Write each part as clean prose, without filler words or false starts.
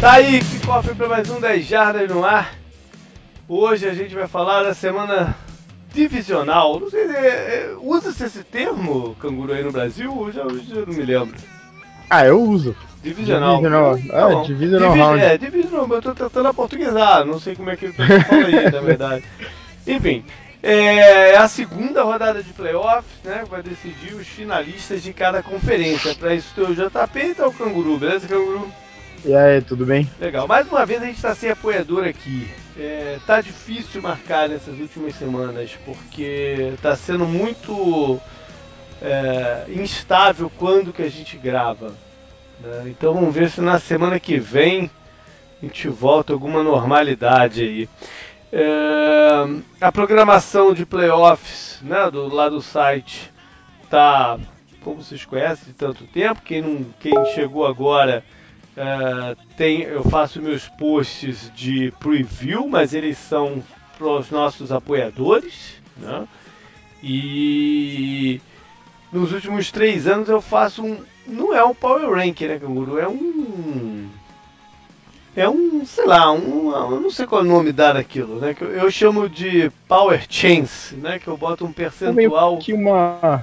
Tá aí, que cofre para mais um 10 Jardas no ar. Hoje a gente vai falar da semana divisional. Não sei, usa-se esse termo, canguru, aí no Brasil? Eu não me lembro. Eu uso. Divisional. Tá bom. Divisional round. Divisional, eu tô tentando aportuguesar, não sei como é que o pessoal fala aí, na verdade. Enfim, é a segunda rodada de playoffs, né? Vai decidir os finalistas de cada conferência. Para isso, tem o JP e tá o canguru, beleza, canguru? E aí, tudo bem? Legal, mais uma vez a gente está sem apoiador aqui. Tá difícil marcar nessas últimas semanas, porque tá sendo muito instável quando que a gente grava, né? Então vamos ver se na semana que vem a gente volta a alguma normalidade aí. A programação de playoffs, né, lá do site tá, como vocês conhecem, de tanto tempo. Quem chegou agora, eu faço meus posts de preview, mas eles são para os nossos apoiadores, né? E nos últimos 3 anos eu faço não é um Power Rank, né, Canguru? Sei lá, eu não sei qual é o nome dar daquilo, né? Que eu chamo de Power Chance, né? Que eu boto um percentual. Que uma...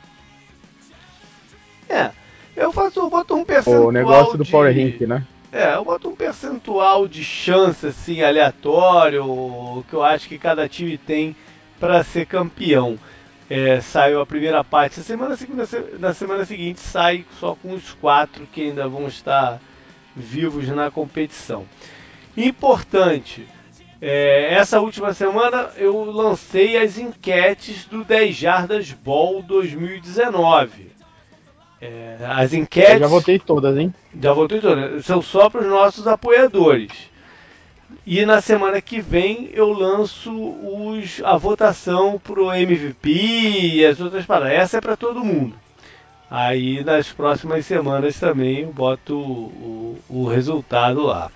Eu boto um O percentual negócio do de. Power Rank, né? Eu boto um percentual de chance, assim, aleatório, que eu acho que cada time tem para ser campeão. Saiu a primeira parte na semana seguinte sai só com os 4 que ainda vão estar vivos na competição. Importante, essa última semana eu lancei as enquetes do 10 Jardas Ball 2019. As enquetes. Eu já votei todas, hein? Já votei todas. São só para os nossos apoiadores. E na semana que vem eu lanço a votação pro MVP e as outras paradas. Essa é para todo mundo. Aí nas próximas semanas também eu boto o resultado lá.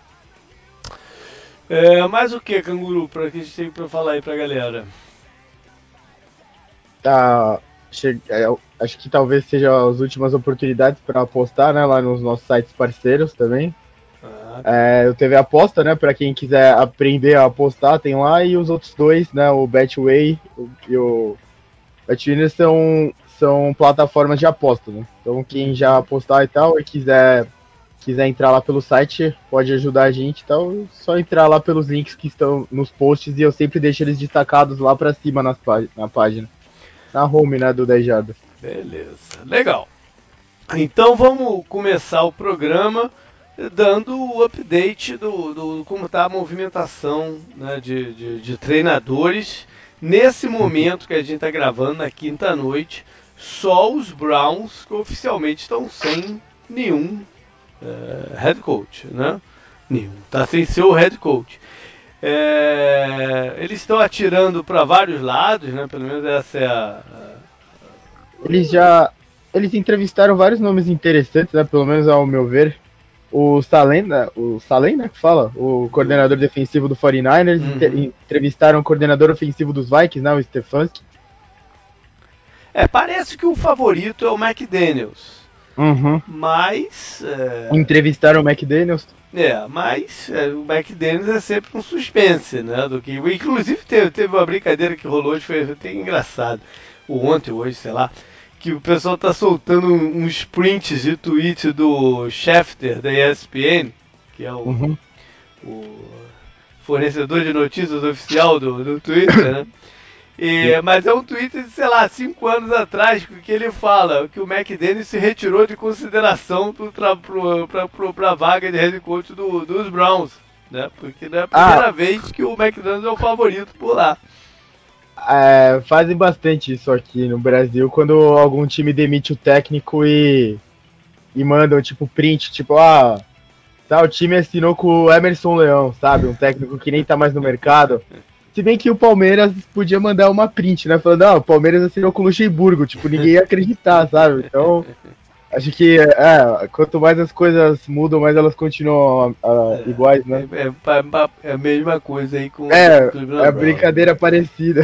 Mais o que, canguru, para que a gente tem para falar aí pra galera? Acho que talvez seja as últimas oportunidades para apostar, né? Lá nos nossos sites parceiros também. Eu teve a aposta, né? Para quem quiser aprender a apostar, tem lá. E os outros dois, né? O Betway e o Betwinner são plataformas de aposta, né? Então quem já apostar e tal e quiser entrar lá pelo site, pode ajudar a gente, então só entrar lá pelos links que estão nos posts e eu sempre deixo eles destacados lá para cima na página. Na home, né, do 10 Jardas. Beleza, legal. Então vamos começar o programa dando o update do como está a movimentação, né, de treinadores. Nesse momento que a gente está gravando, na quinta-noite, só os Browns que oficialmente estão sem nenhum head coach, né? Nenhum. Está sem seu head coach. Eles estão atirando para vários lados, né? Pelo menos essa é Eles entrevistaram vários nomes interessantes, né, pelo menos ao meu ver. O Salem, né, que fala, o coordenador defensivo do 49ers, entrevistaram o coordenador ofensivo dos Vikings, né, o Stefanski. Parece que o favorito é o McDaniels. Mas. Entrevistaram o McDaniels. Mas o McDaniels é sempre um suspense, né? Inclusive teve uma brincadeira que rolou hoje, foi até engraçado. Ontem, hoje, sei lá. Que o pessoal tá soltando uns prints de tweet do Schefter da ESPN, que é o fornecedor de notícias oficial do Twitter, né? Mas é um tweet de, sei lá, 5 anos atrás, que ele fala que o McDaniels se retirou de consideração para a vaga de head coach dos Browns, né? Porque não é a primeira vez que o McDaniels é o favorito por lá. Fazem bastante isso aqui no Brasil, quando algum time demite o técnico e mandam, tipo, print, tipo, o time assinou com o Emerson Leão, sabe? Um técnico que nem tá mais no mercado. Se bem que o Palmeiras podia mandar uma print, né? Falando, o Palmeiras assinou com o Luxemburgo. Tipo, ninguém ia acreditar, sabe? Então, acho que quanto mais as coisas mudam, mais elas continuam iguais, né? É a mesma coisa aí com o Cleveland Browns. Brincadeira parecida.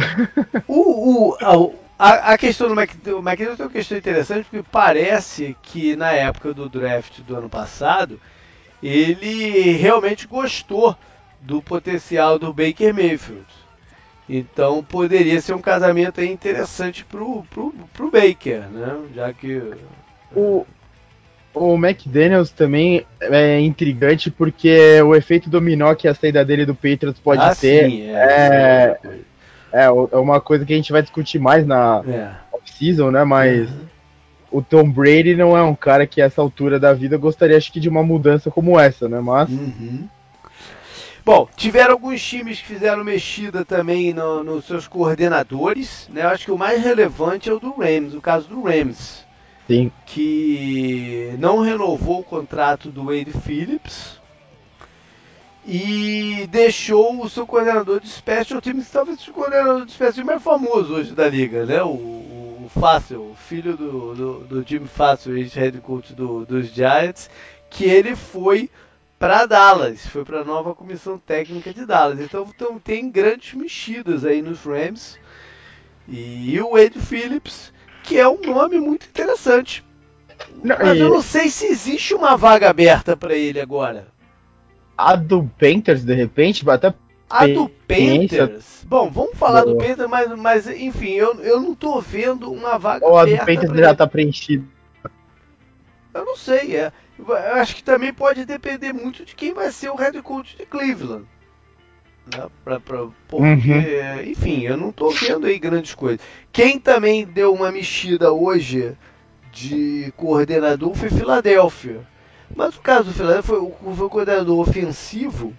A questão do McDaniels é uma questão interessante, porque parece que na época do draft do ano passado, ele realmente gostou do potencial do Baker Mayfield. Então poderia ser um casamento aí interessante pro Baker, né? Já que o McDaniels também é intrigante porque o efeito dominó que a saída dele do Patriots pode ter sim, isso é outra coisa. É uma coisa que a gente vai discutir mais na off-season, né? Mas o Tom Brady não é um cara que a essa altura da vida gostaria, acho que, de uma mudança como essa, né? Mas... Bom, tiveram alguns times que fizeram mexida também nos seus coordenadores, né? Eu acho que o mais relevante é o do Rams, o caso do Rams. Sim. Que não renovou o contrato do Wade Phillips e deixou o seu coordenador de special teams, talvez o coordenador de special teams mais famoso hoje da liga, né? O Fácil, filho do Jimmy Fácil, ex-head coach dos Giants, que ele foi para Dallas, foi para a nova comissão técnica de Dallas. Então tem grandes mexidas aí nos Rams. E o Wade Phillips, que é um nome muito interessante. Mas eu não sei se existe uma vaga aberta para ele agora. A do Panthers, de repente, até a do Panthers? Bom, vamos falar do Panthers, mas enfim, eu não tô vendo uma vaga ou aberta. Ou a do Panthers já tá preenchida? Eu não sei, eu acho que também pode depender muito de quem vai ser o head coach de Cleveland. Né? Porque, enfim, eu não tô vendo aí grandes coisas. Quem também deu uma mexida hoje de coordenador foi Filadélfia. Mas o caso do Filadélfia foi o coordenador ofensivo.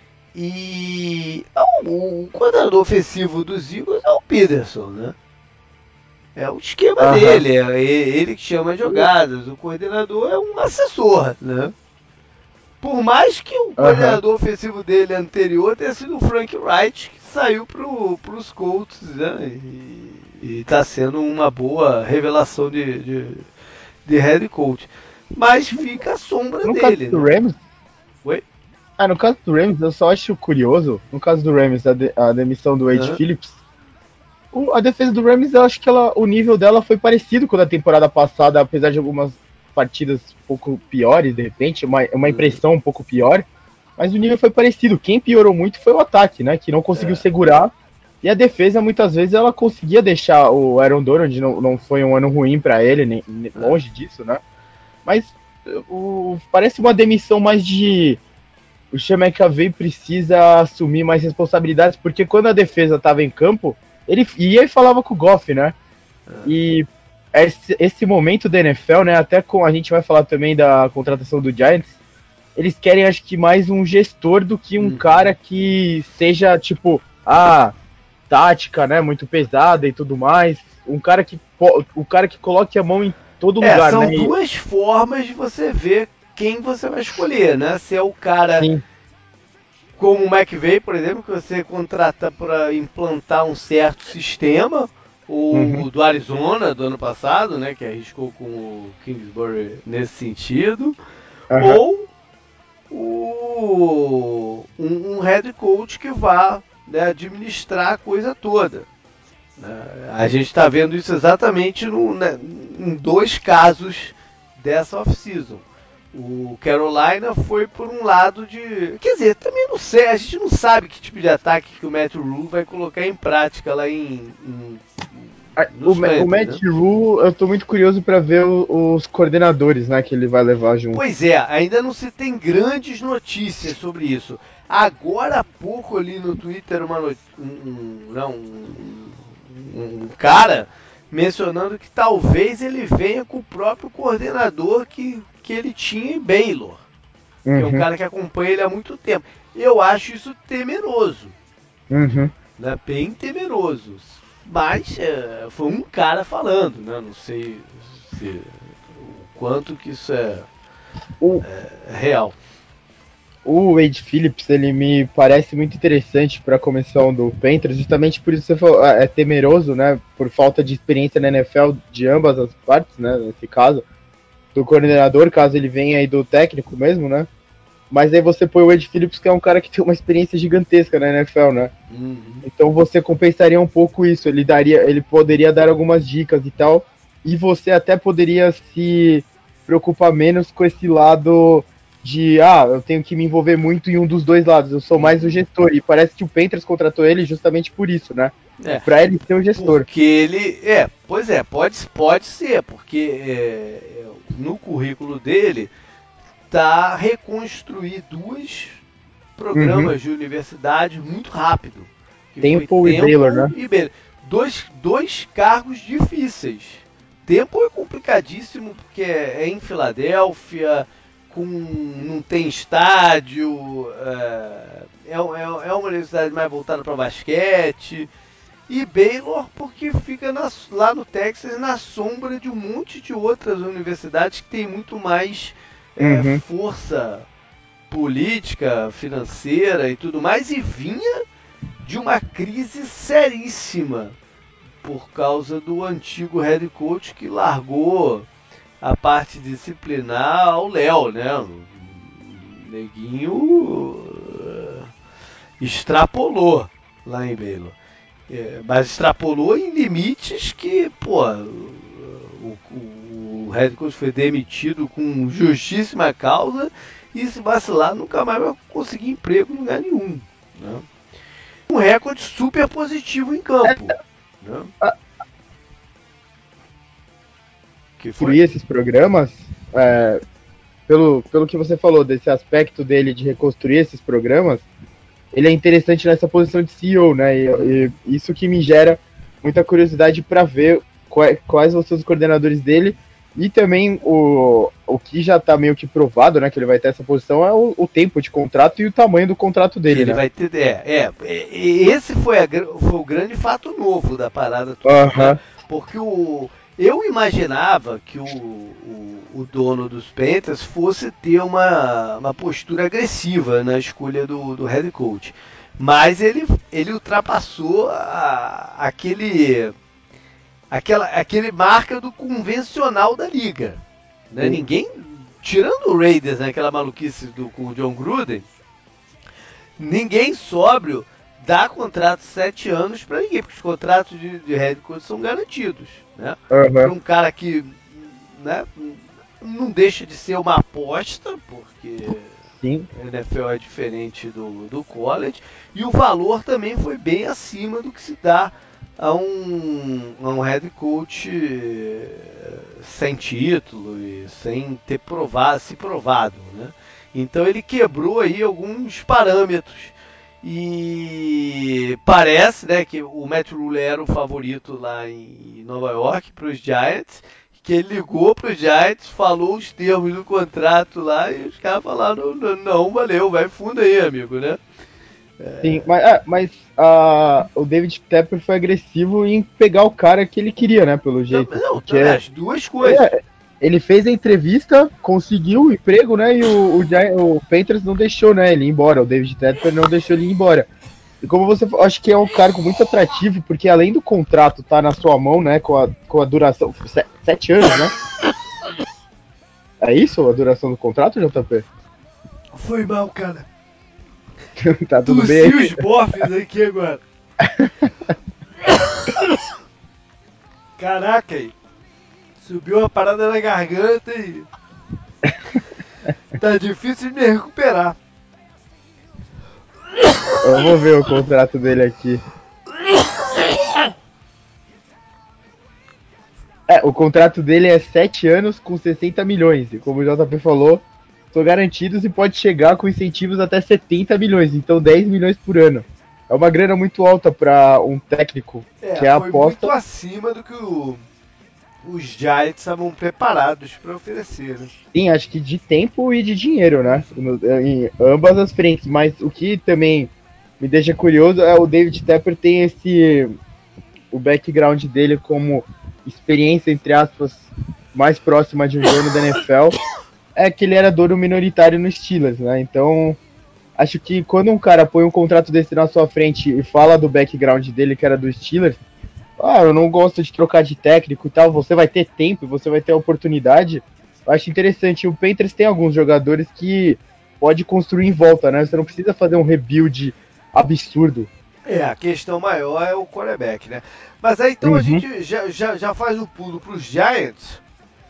E o coordenador ofensivo dos Eagles é o Peterson, né? É o esquema dele, é ele que chama as jogadas. O coordenador é um assessor, né? Por mais que o coordenador ofensivo dele anterior tenha sido o Frank Wright, que saiu pros Colts, né? E tá sendo uma boa revelação de head coach. Mas fica a sombra no dele, caso do né? Rams, Oi? no caso do Rams, eu só acho curioso, no caso do Rams, a demissão do Wade Phillips, a defesa do Rams, eu acho que o nível dela foi parecido com a da temporada passada, apesar de algumas partidas um pouco piores, de repente, uma impressão um pouco pior, mas o nível foi parecido. Quem piorou muito foi o ataque, né, que não conseguiu segurar, e a defesa, muitas vezes, ela conseguia deixar o Aaron Donald, não foi um ano ruim para ele, nem longe disso, né, mas parece uma demissão mais de... O Sean McVay precisa assumir mais responsabilidades, porque quando a defesa estava em campo, ele ia e falava com o Goff, né? E esse momento da NFL, né? Até com a gente vai falar também da contratação do Giants, eles querem, acho que, mais um gestor do que um cara que seja, tipo, tática, né? Muito pesada e tudo mais. O cara que coloque a mão em todo lugar, são né? São duas formas de você ver quem você vai escolher, né? Se é o cara... Sim. Como o McVay, por exemplo, que você contrata para implantar um certo sistema, ou o do Arizona do ano passado, né, que arriscou com o Kingsbury nesse sentido, ou um head coach que vá, né, administrar a coisa toda. A gente está vendo isso exatamente em dois casos dessa off-season. O Carolina foi por um lado de... Quer dizer, também não sei, a gente não sabe que tipo de ataque que o Matt Rule vai colocar em prática lá o Matt Rule, eu tô muito curioso para ver os coordenadores, né, que ele vai levar junto. Pois é, ainda não se tem grandes notícias sobre isso. Agora há pouco ali no Twitter um cara mencionando que talvez ele venha com o próprio coordenador que ele tinha em Baylor. Que é um cara que acompanha ele há muito tempo. Eu acho isso temeroso. Né? Bem temeroso. Mas foi um cara falando, né? Não sei o quanto que isso é real. O Wade Phillips, ele me parece muito interessante para a comissão do Panthers, justamente por isso você falou, é temeroso, né? Por falta de experiência na NFL de ambas as partes, né? Nesse caso, do coordenador, caso ele venha aí do técnico mesmo, né? Mas aí você põe o Wade Phillips, que é um cara que tem uma experiência gigantesca na NFL, né? Então você compensaria um pouco isso. Ele poderia dar algumas dicas e tal, e você até poderia se preocupar menos com esse lado eu tenho que me envolver muito em um dos dois lados, eu sou mais o gestor. E parece que o Panthers contratou ele justamente por isso, né? Pra ele ser o gestor. Porque ele. Pois é, pode ser, porque no currículo dele tá reconstruir dois programas de universidade muito rápido. Que Temple e Baylor, né? E Baylor. Dois cargos difíceis. Temple é complicadíssimo porque é em Filadélfia, não tem estádio, é uma universidade mais voltada para basquete. E Baylor porque fica lá no Texas na sombra de um monte de outras universidades que tem muito mais força política, financeira e tudo mais, e vinha de uma crise seríssima por causa do antigo head coach que largou a parte disciplinar ao Léo, né? O neguinho extrapolou lá em Baylor. Mas extrapolou em limites que, o head coach foi demitido com justíssima causa e se vacilar nunca mais vai conseguir emprego em lugar nenhum. Né? Um recorde super positivo em campo. Né? Que foi? Esses programas, pelo que você falou, desse aspecto dele de reconstruir esses programas, ele é interessante nessa posição de CEO, né? E isso que me gera muita curiosidade para ver quais vão ser os coordenadores dele. E também o que já está meio que provado, né? Que ele vai ter essa posição é o tempo de contrato e o tamanho do contrato dele, ele né? vai ter. Esse foi o grande fato novo da parada toda. Né? Porque eu imaginava que o dono dos Panthers fosse ter uma postura agressiva na escolha do head coach. Mas ele ultrapassou aquele marca do convencional da liga. Né? Ninguém, tirando o Raiders, né, aquela maluquice com o John Gruden, ninguém sóbrio dá contrato de 7 anos para ninguém, porque os contratos de head coach são garantidos. Né? Para um cara que, né, não deixa de ser uma aposta, porque a NFL é diferente do college, e o valor também foi bem acima do que se dá a um head coach sem título e sem ter se provado. Né? Então ele quebrou aí alguns parâmetros. E parece, né, que o Matt Rhule era o favorito lá em Nova York para os Giants, que ele ligou para os Giants, falou os termos do contrato lá e os caras falaram, não, valeu, vai fundo aí, amigo, né? Sim, mas o David Tepper foi agressivo em pegar o cara que ele queria, né, pelo jeito. Não, as duas coisas. Ele fez a entrevista, conseguiu o emprego, né? E o Panthers não deixou, né, ele ir embora. O David Tepper não deixou ele ir embora. E como você falou, acho que é um cargo muito atrativo, porque além do contrato estar na sua mão, né, com a duração. 7 anos, né? É isso a duração do contrato, JP? Foi mal, cara. Tá tudo bem? Tossi os bofes aqui agora. Caraca aí. Subiu uma parada na garganta e tá difícil de me recuperar. Eu vou ver o contrato dele aqui. O contrato dele é 7 anos com 60 milhões. E como o JP falou, são garantidos e pode chegar com incentivos até 70 milhões. Então 10 milhões por ano. É uma grana muito alta para um técnico que é foi aposta. Muito acima do que os Giants estavam preparados para oferecer. Né? Sim, acho que de tempo e de dinheiro, né? Em ambas as frentes. Mas o que também me deixa curioso é o David Tepper tem o background dele como experiência, entre aspas, mais próxima de um dono da NFL, é que ele era dono minoritário no Steelers, né? Então, acho que quando um cara põe um contrato desse na sua frente e fala do background dele, que era do Steelers, eu não gosto de trocar de técnico e tal, você vai ter tempo, você vai ter oportunidade. Eu acho interessante. O Panthers tem alguns jogadores que pode construir em volta, né? Você não precisa fazer um rebuild absurdo. A questão maior é o quarterback, né? Mas aí então a gente já faz o pulo para os Giants. Sim.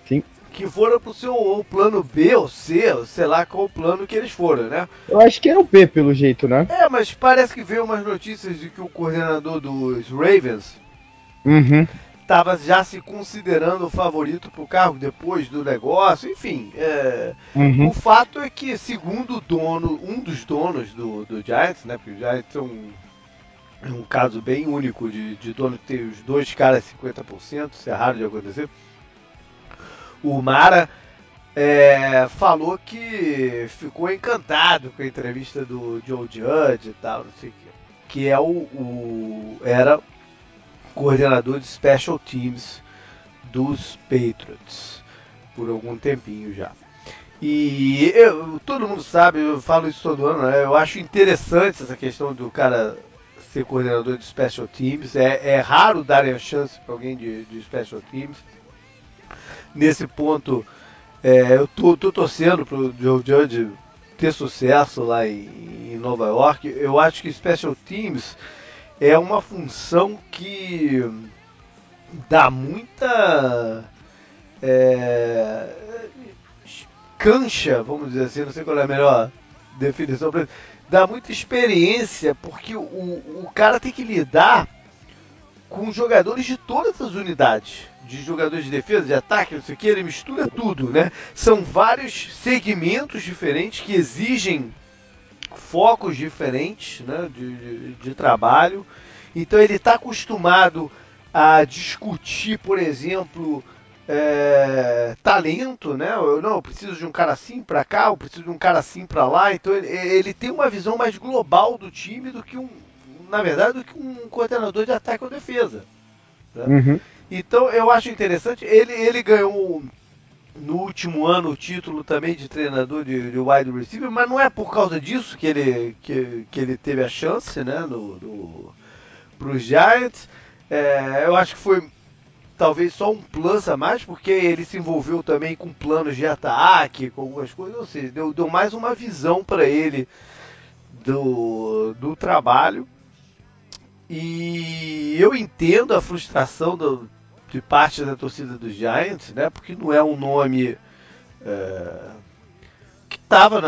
que foram pro seu ou plano B ou C, ou sei lá qual o plano que eles foram, né? Eu acho que era o B, pelo jeito, né? Mas parece que veio umas notícias de que o coordenador dos Ravens estava já se considerando o favorito pro cargo depois do negócio, enfim. O fato é que, segundo o dono, um dos donos do Giants, né? Porque o Giants é um caso bem único de dono que tem os dois caras 50%, isso é raro de acontecer. O Mara falou que ficou encantado com a entrevista do Joe Judge e tal, não sei o quê. Que é era coordenador de Special Teams dos Patriots por algum tempinho já. E todo mundo sabe, eu falo isso todo ano, né? Eu acho interessante essa questão do cara ser coordenador de Special Teams. É raro darem a chance para alguém de Special Teams. Nesse ponto, eu tô torcendo pro Joe Judge ter sucesso lá em Nova York. Eu acho que Special Teams é uma função que dá muita cancha, vamos dizer assim, não sei qual é a melhor definição para isso, dá muita experiência, porque o cara tem que lidar com jogadores de todas as unidades, de jogadores de defesa, de ataque, não sei o que, ele mistura tudo, né? São vários segmentos diferentes que exigem focos diferentes, né, de trabalho. Então ele está acostumado a discutir, por exemplo, talento, né? Eu preciso de um cara assim para cá, eu preciso de um cara assim para lá. Então ele tem uma visão mais global do time do que na verdade, do que um coordenador de ataque ou defesa. Né? Então eu acho interessante. Ele ganhou no último ano o título também de treinador de wide receiver, mas não é por causa disso que ele teve a chance, né, para os Giants. Eu acho que foi talvez só um plus a mais, porque ele se envolveu também com planos de ataque, com algumas coisas, ou seja, deu mais uma visão para ele do trabalho. E eu entendo a frustração de parte da torcida dos Giants, né, porque não é um nome que estava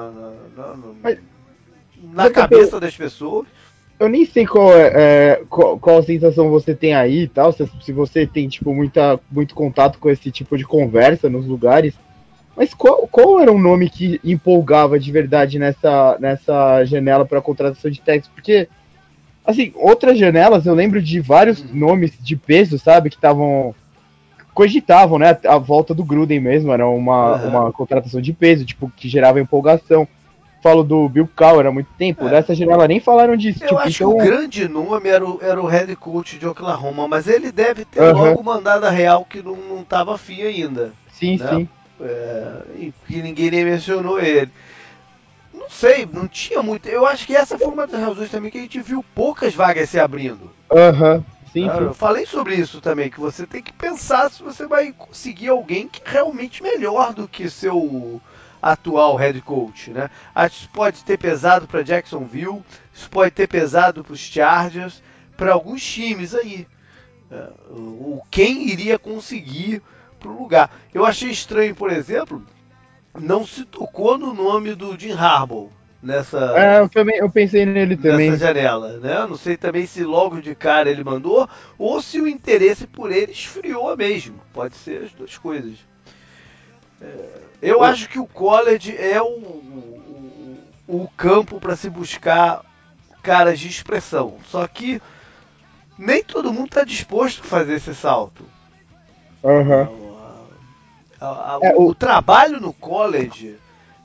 na cabeça das pessoas. Eu nem sei qual a sensação você tem aí e tal, se você tem tipo, muito contato com esse tipo de conversa nos lugares, mas qual era o nome que empolgava de verdade nessa janela para contratação de técnicos? Porque, assim, outras janelas eu lembro de vários nomes de peso, sabe, que cogitavam, né, a volta do Gruden mesmo, era uma contratação de peso, tipo, que gerava empolgação. Falo do Bill Cowher há muito tempo, dessa janela nem falaram disso. Eu acho que o grande nome era o head coach de Oklahoma, mas ele deve ter logo mandado a real que não estava afim ainda. Sim, né? sim. E que ninguém nem mencionou ele. Não sei, não tinha muito. Eu acho que essa foi uma das razões também que a gente viu poucas vagas se abrindo. Sim, sim. Eu falei sobre isso também, que você tem que pensar se você vai conseguir alguém que é realmente melhor do que seu atual head coach, né? Acho que isso pode ter pesado para Jacksonville, isso pode ter pesado para os Chargers, para alguns times aí. Quem iria conseguir para o lugar? Eu achei estranho, por exemplo, não se tocou no nome do Jim Harbaugh Eu pensei nele nessa também. janela, né? Não sei também se logo de cara ele mandou ou se o interesse por ele esfriou mesmo. Pode ser as duas coisas. Eu acho que o college é o campo para se buscar caras de expressão. Só que nem todo mundo está disposto a fazer esse salto. O trabalho no college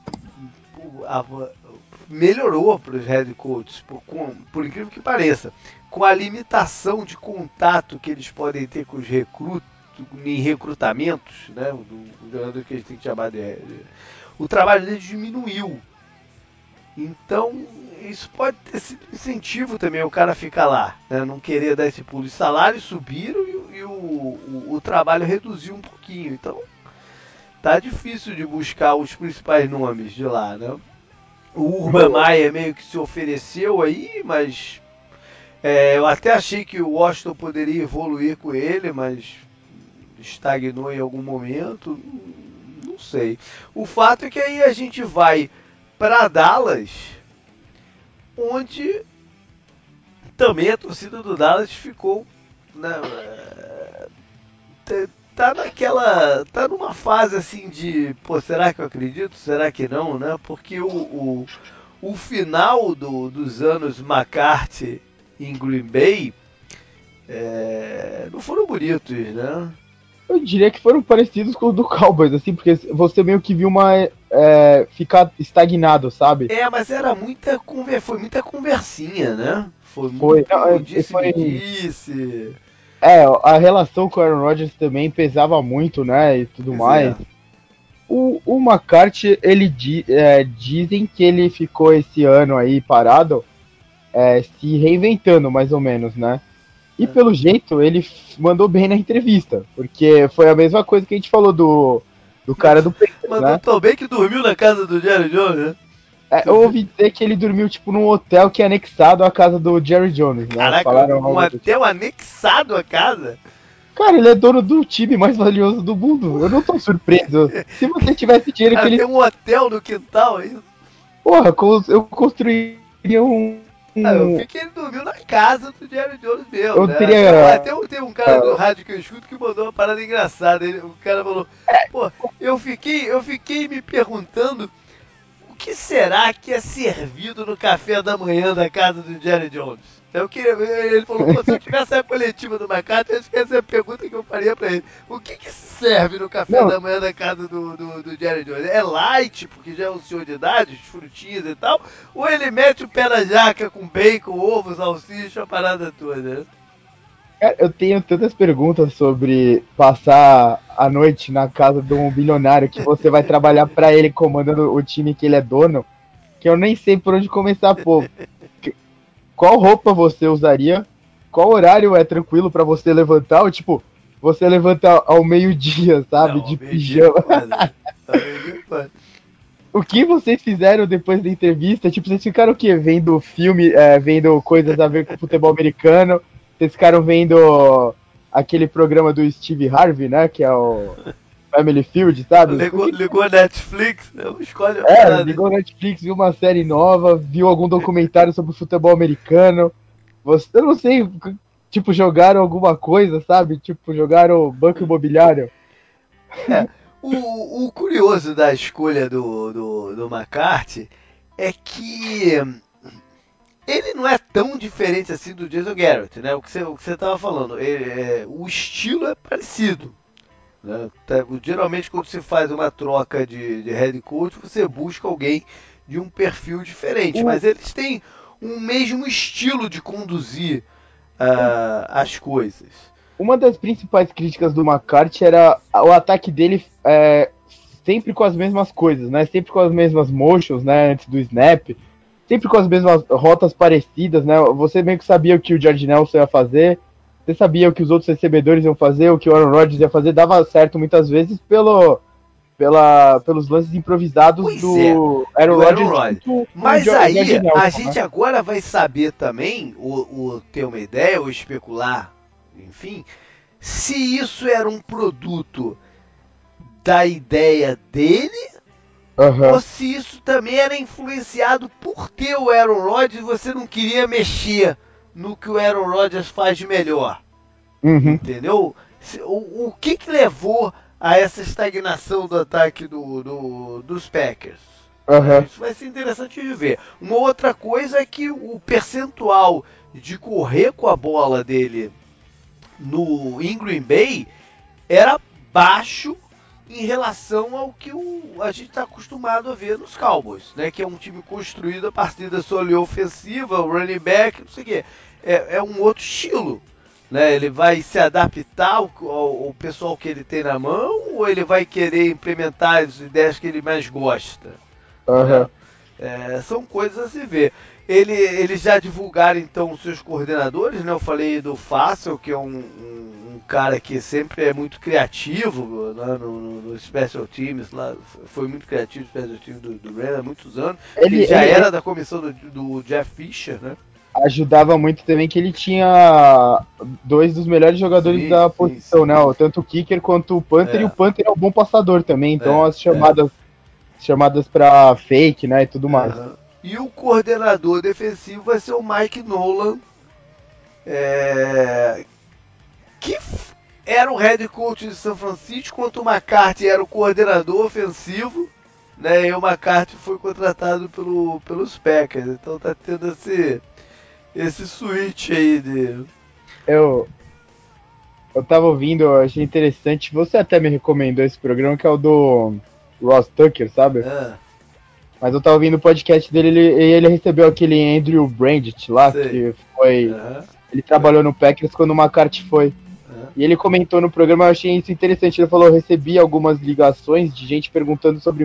melhorou para os head coaches, por incrível que pareça, com a limitação de contato que eles podem ter com os em recrutamentos, né, do jogador que a gente tem que chamar o trabalho deles diminuiu. Então, isso pode ter sido incentivo também o cara ficar lá, né, não querer dar esse pulo. Os salários subiram e o trabalho reduziu um pouquinho. Então, tá difícil de buscar os principais nomes de lá, né? O Urban Meyer meio que se ofereceu aí, mas eu até achei que o Washington poderia evoluir com ele, mas estagnou em algum momento, não sei. O fato é que aí a gente vai para Dallas, onde também a torcida do Dallas ficou, né, tá numa fase assim de, pô, será que eu acredito? Será que não, né? Porque o final dos anos McCarthy em Green Bay não foram bonitos, né? Eu diria que foram parecidos com o do Cowboys, assim, porque você meio que viu ficar estagnado, sabe? Mas foi muita conversinha, né? Foi Foi, muito foi, disse-me-disse. a relação com o Aaron Rodgers também pesava muito, né, e tudo Pois mais. é. O McCarthy, dizem que ele ficou esse ano aí parado, se reinventando, mais ou menos, né? E pelo jeito, ele mandou bem na entrevista, porque foi a mesma coisa que a gente falou do cara do Panthers, Mandou né? tão bem que dormiu na casa do Jerry Jones, né? Eu ouvi dizer que ele dormiu, tipo, num hotel que é anexado à casa do Jerry Jones, né? Caraca, Falaram um algo do tipo. hotel anexado à casa? Cara, ele é dono do time mais valioso do mundo. Eu não tô surpreso. Se você tivesse dinheiro que Cara, ele. tem um hotel no quintal aí. Porra, eu construiria Eu vi que ele dormiu na casa do Jerry Jones mesmo, eu né? teria. Tem um cara do rádio que eu escuto que mandou uma parada engraçada. O cara falou, pô, eu fiquei me perguntando o que será que é servido no café da manhã da casa do Jerry Jones? Ele falou, pô, se eu tivesse a coletiva do McCarthy, acho que essa é a pergunta que eu faria pra ele. O que se serve no café Não, da manhã da casa do Jerry Jones? É light, porque já é um senhor de idade, frutinhas e tal? Ou ele mete o pé na jaca com bacon, ovo, salsicha, a parada toda? cara, eu tenho tantas perguntas sobre passar a noite na casa de um bilionário que você vai trabalhar pra ele comandando o time que ele é dono, que eu nem sei por onde começar, pô. Qual roupa você usaria? Qual horário é tranquilo pra você levantar? Ou, tipo, você levanta ao meio-dia, sabe? Não, De ao meio-dia é pijama. foda. Ao meio-dia é foda. O que vocês fizeram depois da entrevista? Tipo, vocês ficaram o quê? Vendo filme, vendo coisas a ver com futebol americano? Vocês ficaram vendo aquele programa do Steve Harvey, né? Que é o Family Field, sabe? Ligou a Netflix, né? Escolhe a parada. Ligou na Netflix, viu uma série nova, viu algum documentário sobre futebol americano. Eu não sei, tipo, jogaram alguma coisa, sabe? Tipo, jogaram Banco Imobiliário. É, o curioso da escolha do McCarthy é que ele não é tão diferente assim do Jason Garrett, né? O que você tava falando, o estilo é parecido. Né? Geralmente quando você faz uma troca de head coach, você busca alguém de um perfil diferente, O, mas eles têm um mesmo estilo de conduzir as coisas. uma das principais críticas do McCarthy era o ataque dele sempre com as mesmas coisas, né? Sempre com as mesmas motions, né? Antes do snap. Sempre com as mesmas rotas parecidas, né? Você meio que sabia o que o George Nelson ia fazer. Você sabia o que os outros recebedores iam fazer, o que o Aaron Rodgers ia fazer. Dava certo muitas vezes pelos lances improvisados Pois é, do Aaron do Aaron Rodgers Rodgers. junto com o Mas George aí a Nelson, né? gente agora vai saber também, ou ter uma ideia, ou especular, enfim, se isso era um produto da ideia dele, ou Aham. se isso também era influenciado por ter o Aaron Rodgers e você não queria mexer no que o Aaron Rodgers faz de melhor. Uhum. Entendeu? O que levou a essa estagnação do ataque dos Packers? Aham. Isso vai ser interessante de ver. Uma outra coisa é que o percentual de correr com a bola dele em Green Bay era baixo em relação ao que a gente está acostumado a ver nos Cowboys, né? Que é um time construído a partir da sua linha ofensiva, o running back, não sei o quê. É um outro estilo. Né? Ele vai se adaptar ao pessoal que ele tem na mão ou ele vai querer implementar as ideias que ele mais gosta? Né? Aham. São coisas a se ver. Eles já divulgaram então os seus coordenadores, né? Eu falei do Fácil, que é um cara que sempre é muito criativo, né? No Special Teams, lá, foi muito criativo no Special Teams do Ren há muitos anos. Ele já Ele era da comissão do Jeff Fisher, né? ajudava muito também que ele tinha dois dos melhores jogadores Sim, da sim, posição, sim. né? Tanto o Kicker quanto o Panther, e o É, Panther é um bom passador também, então é, as é. chamadas para fake, né, e tudo mais. Aham. E o coordenador defensivo vai ser o Mike Nolan, é, que era o head coach de São Francisco, enquanto o McCarthy era o coordenador ofensivo, né? E o McCarthy foi contratado pelos Packers. Então tá tendo esse switch aí de. Eu, eu tava ouvindo, eu achei interessante, você até me recomendou esse programa, que é o do Ross Tucker, sabe? Ah, Mas eu tava ouvindo o podcast dele e ele recebeu aquele Andrew Brandt lá, sei. que foi. Aham. Ele Foi. trabalhou no Packers quando o McCarthy foi. Aham. E ele comentou no programa, eu achei isso interessante. Ele falou: eu recebi algumas ligações de gente perguntando sobre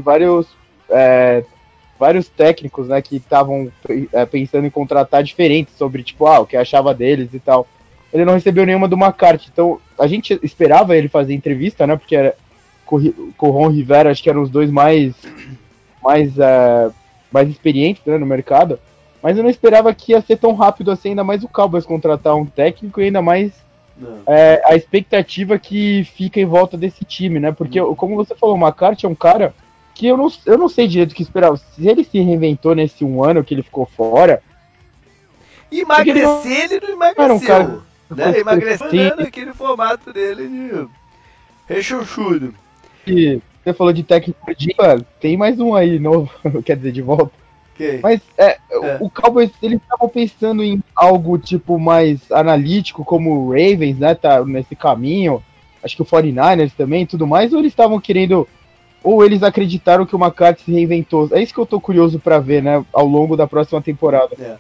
vários técnicos, né, que estavam pensando em contratar diferentes, sobre, tipo, o que achava deles e tal. Ele não recebeu nenhuma do McCarthy. Então, a gente esperava ele fazer entrevista, né, porque era com o Ron Rivera, acho que eram os dois mais, é, mais experientes, né, no mercado. Mas eu não esperava que ia ser tão rápido assim, ainda mais o Cowboys contratar um técnico e ainda mais Não. a expectativa que fica em volta desse time, né? Porque, Uhum. como você falou, o McCarthy é um cara que eu não sei direito o que esperar. Se ele se reinventou nesse um ano que ele ficou fora, porque ele não Emagrecer, ele não era um cara emagreceu. que foi Né? Emagreceu expressivo. né, naquele formato dele de rechonchudo. Você falou de técnico de. Tem mais um aí novo, quer dizer, de volta. Ok. Mas É. o Cowboys, eles estavam pensando em algo tipo mais analítico, como o Ravens, né? Tá nesse caminho. Acho que o 49ers também e tudo mais, ou eles estavam querendo. Ou eles acreditaram que o McCarthy se reinventou? É isso que eu tô curioso para ver, né? Ao longo da próxima temporada. É.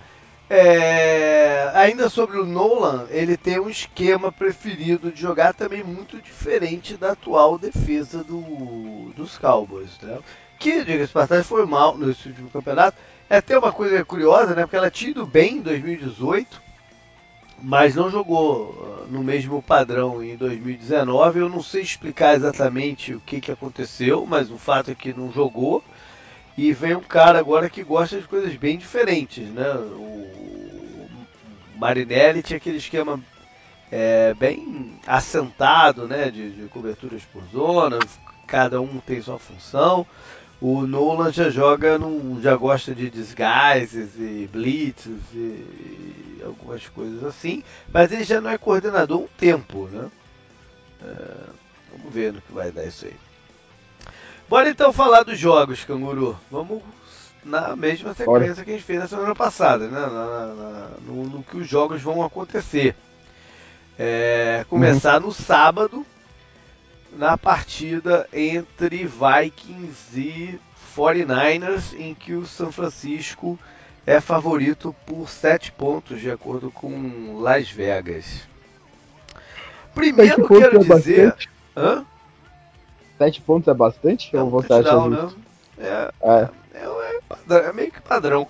Ainda sobre o Nolan, ele tem um esquema preferido de jogar também muito diferente da atual defesa dos Cowboys, né? Que, diga-se de passagem, foi mal nesse último campeonato. É até uma coisa curiosa, né? Porque ela tinha ido bem em 2018, mas não jogou no mesmo padrão em 2019. Eu não sei explicar exatamente o que aconteceu, mas o fato é que não jogou. E vem um cara agora que gosta de coisas bem diferentes, né? O Marinelli tinha aquele esquema bem assentado, né? De coberturas por zona, cada um tem sua função. O Nolan já já gosta de disguises e blitzes e algumas coisas assim, mas ele já não é coordenador há um tempo, né? Vamos ver no que vai dar isso aí. Bora então falar dos jogos, Canguru. Vamos na mesma Bora. sequência que a gente fez na semana passada, né? No que os jogos vão acontecer. Uhum. Começar no sábado, na partida entre Vikings e 49ers, em que o São Francisco é favorito por 7 pontos, de acordo com Las Vegas. 7 Primeiro pontos quero é dizer. bastante? Hã? 7 pontos é bastante? É Ou um você acha touchdown, né? justo? É, É. é meio que padrão.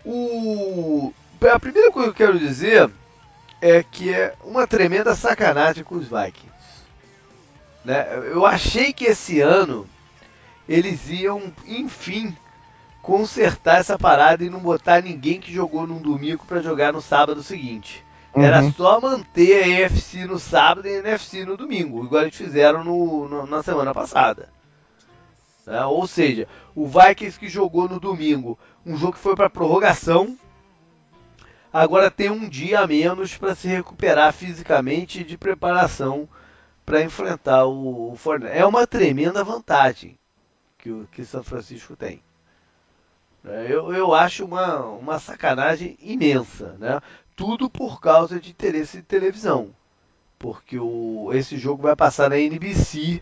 A primeira coisa que eu quero dizer é que é uma tremenda sacanagem com os Vikings. Né? Eu achei que esse ano eles iam, enfim, consertar essa parada e não botar ninguém que jogou num domingo para jogar no sábado seguinte. Era Uhum. só manter a EFC no sábado e a NFC no domingo, igual eles fizeram na semana passada. Né? Ou seja, o Vikings que jogou no domingo, um jogo que foi para prorrogação, agora tem um dia a menos para se recuperar fisicamente e de preparação para enfrentar o Fortnite. É uma tremenda vantagem que São Francisco tem. Eu acho uma sacanagem imensa, né? Tudo por causa de interesse de televisão, porque esse jogo vai passar na NBC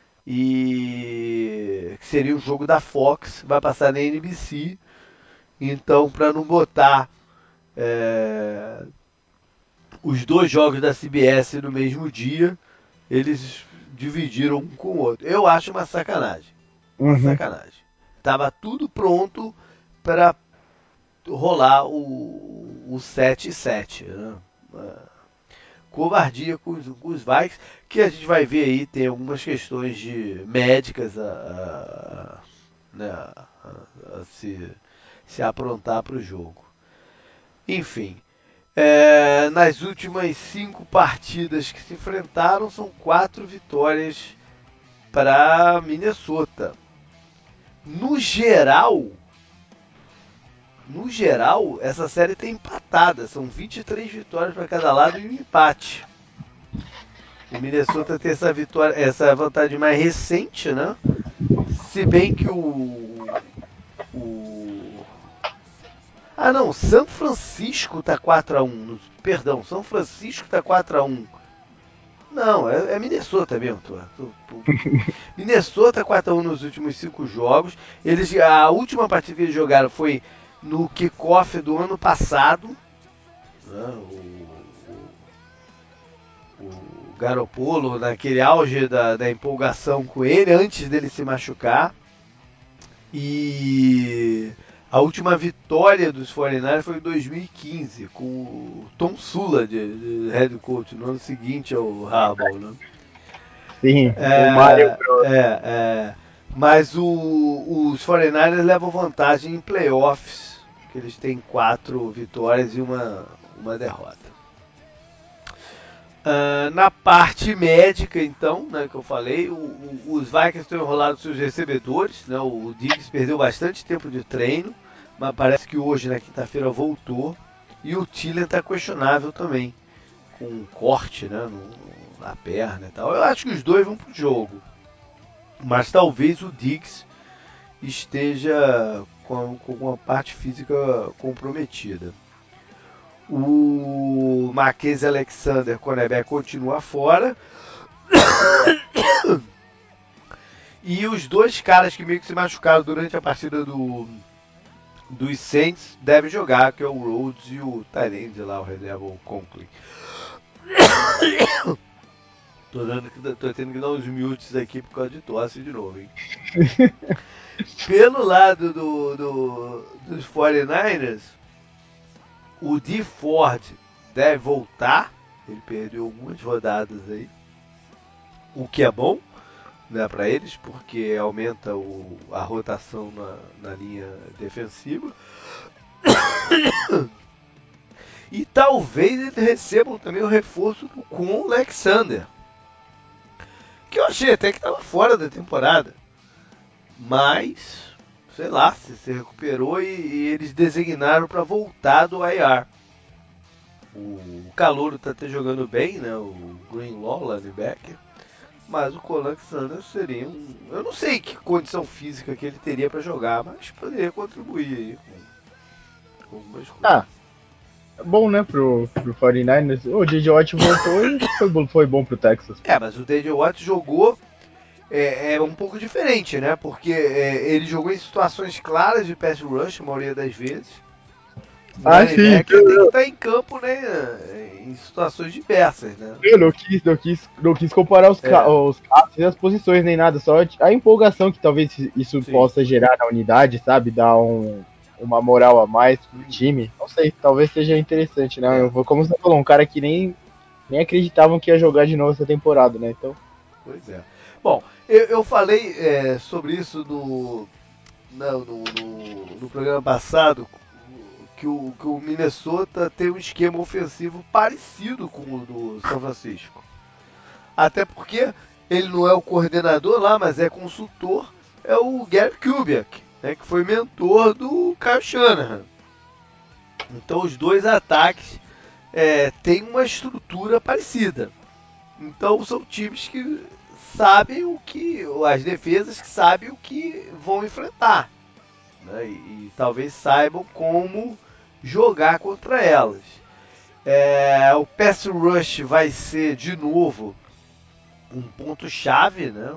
e que seria o jogo da Fox, vai passar na NBC. Então, para não botar é, os dois jogos da CBS no mesmo dia, eles dividiram um com o outro. Eu acho uma sacanagem. Uma Uhum. sacanagem. Tava tudo pronto para rolar o 7-7. Né? Covardia com os Vikings, que a gente vai ver aí, tem algumas questões de médicas né, a se aprontar para o jogo. Enfim, Nas últimas 5 partidas que se enfrentaram, são 4 vitórias para Minnesota. No geral, essa série tem empatada. São 23 vitórias para cada lado e um empate. O Minnesota tem essa vantagem mais recente, né? Se bem que São Francisco tá 4-1. Perdão, São Francisco tá 4-1. Não, é Minnesota mesmo. Minnesota 4-1 nos últimos 5 jogos. A última partida que eles jogaram foi no kickoff do ano passado. Né? O Garoppolo, naquele auge da empolgação com ele, antes dele se machucar. E a última vitória dos 49ers foi em 2015, com o Tom Sula de head coach, no ano seguinte ao Harbaugh, né? Sim, o Mario Bros. Mas os 49ers levam vantagem em playoffs, que eles têm 4 vitórias e uma derrota. Na parte médica, então, né, que eu falei, os Vikings estão enrolando seus recebedores. Né, o Diggs perdeu bastante tempo de treino, mas parece que hoje, na quinta-feira, voltou. E o Thielen está questionável também, com um corte, né, na perna e tal. Eu acho que os dois vão pro jogo, mas talvez o Diggs esteja com uma parte física comprometida. O Mackenzie Alexander, cornerback, continua fora. E os dois caras que meio que se machucaram durante a partida dos Saints devem jogar, que é o Rhodes e o Tyrande lá, o reserva, o Conklin. Tô tendo que dar uns mutes aqui por causa de tosse de novo, hein? Pelo lado dos 49ers, o Dee Ford deve voltar. Ele perdeu algumas rodadas aí, o que é bom, né, para eles, porque aumenta a rotação na linha defensiva. E talvez eles recebam também o reforço com o Alexander, que eu achei até que estava fora da temporada, mas sei lá, se recuperou e eles designaram para voltar do IR. O Calouro tá até jogando bem, né? O Greenlaw, linebacker. Mas o Cole Sanders seria eu não sei que condição física que ele teria para jogar, mas poderia contribuir aí com algumas coisas. Ah, é bom, né, pro 49ers. O J.J. Watt voltou e foi bom pro Texas. Mas o J.J. Watt jogou um pouco diferente, né? Porque ele jogou em situações claras de pass rush, a maioria das vezes. O linebacker tem que estar em campo, né? Em situações diversas, né? Eu não quis comparar os casos e as posições nem nada, só a empolgação que talvez isso possa gerar na unidade, sabe? Dar uma moral a mais pro time. Não sei, talvez seja interessante, né? Como você falou, um cara que nem acreditavam que ia jogar de novo essa temporada, né? Então. Pois é. Bom, eu falei sobre isso no programa passado, que o Minnesota tem um esquema ofensivo parecido com o do São Francisco. Até porque ele não é o coordenador lá, mas é consultor, é o Gary Kubiak, né, que foi mentor do Kyle Shanahan. Então os dois ataques têm uma estrutura parecida. Então são times que sabem as defesas que sabem o que vão enfrentar, né? E talvez saibam como jogar contra elas. O pass rush vai ser de novo um ponto chave, né?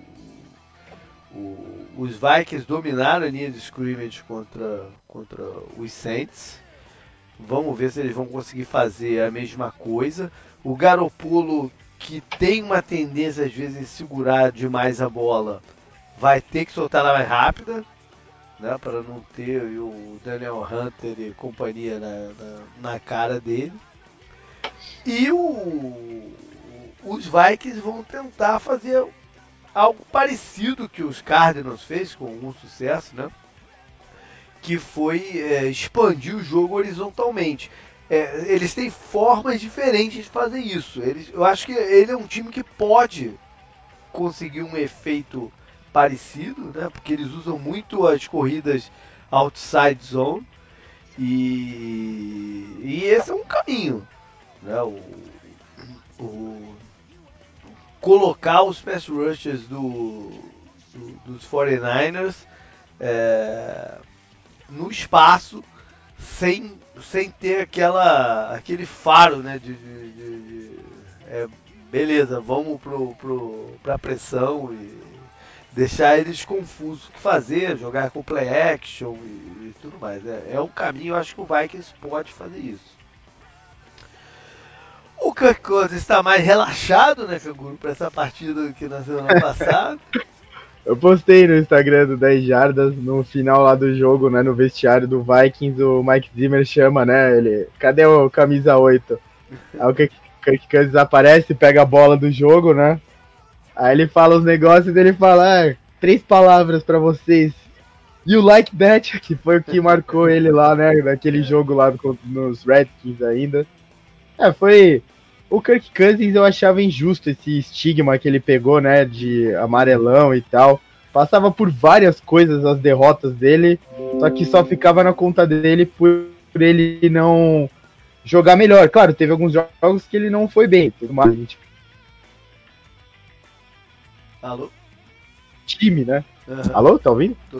Os Vikings dominaram a linha de scrimmage contra os Saints. Vamos ver se eles vão conseguir fazer a mesma coisa. O Garoppolo, que tem uma tendência às vezes em segurar demais a bola, vai ter que soltar ela mais rápida, né, para não ter o Daniel Hunter e companhia na cara dele. E os Vikings vão tentar fazer algo parecido que os Cardinals fez com algum sucesso, né? Que foi expandir o jogo horizontalmente. eles têm formas diferentes de fazer isso. Eu acho que ele é um time que pode conseguir um efeito parecido, né? Porque eles usam muito as corridas outside zone e esse é um caminho, né? O colocar os pass rushers dos 49ers no espaço sem ter aquele faro, né? Beleza, vamos pra pressão e deixar eles confusos o que fazer, jogar com play action e tudo mais. É um caminho, eu acho que o Vikings pode fazer isso. O Kirk Cousins está mais relaxado, né, Canguru, para essa partida que na semana passada. Eu postei no Instagram do 10 Jardas, no final lá do jogo, né, no vestiário do Vikings, o Mike Zimmer chama, né, ele, cadê o camisa 8? Aí o Kirk Cousins aparece, pega a bola do jogo, né, aí ele fala os negócios e ele fala, 3 palavras pra vocês, you like that? Que foi o que marcou ele lá, né, naquele jogo lá nos Redskins ainda. Foi... O Kirk Cousins eu achava injusto esse estigma que ele pegou, né, de amarelão e tal. Passava por várias coisas as derrotas dele, só que só ficava na conta dele por ele não jogar melhor. Claro, teve alguns jogos que ele não foi bem, tudo mais, tipo, Alô? time, né? Uhum. Alô, tá ouvindo? Tô.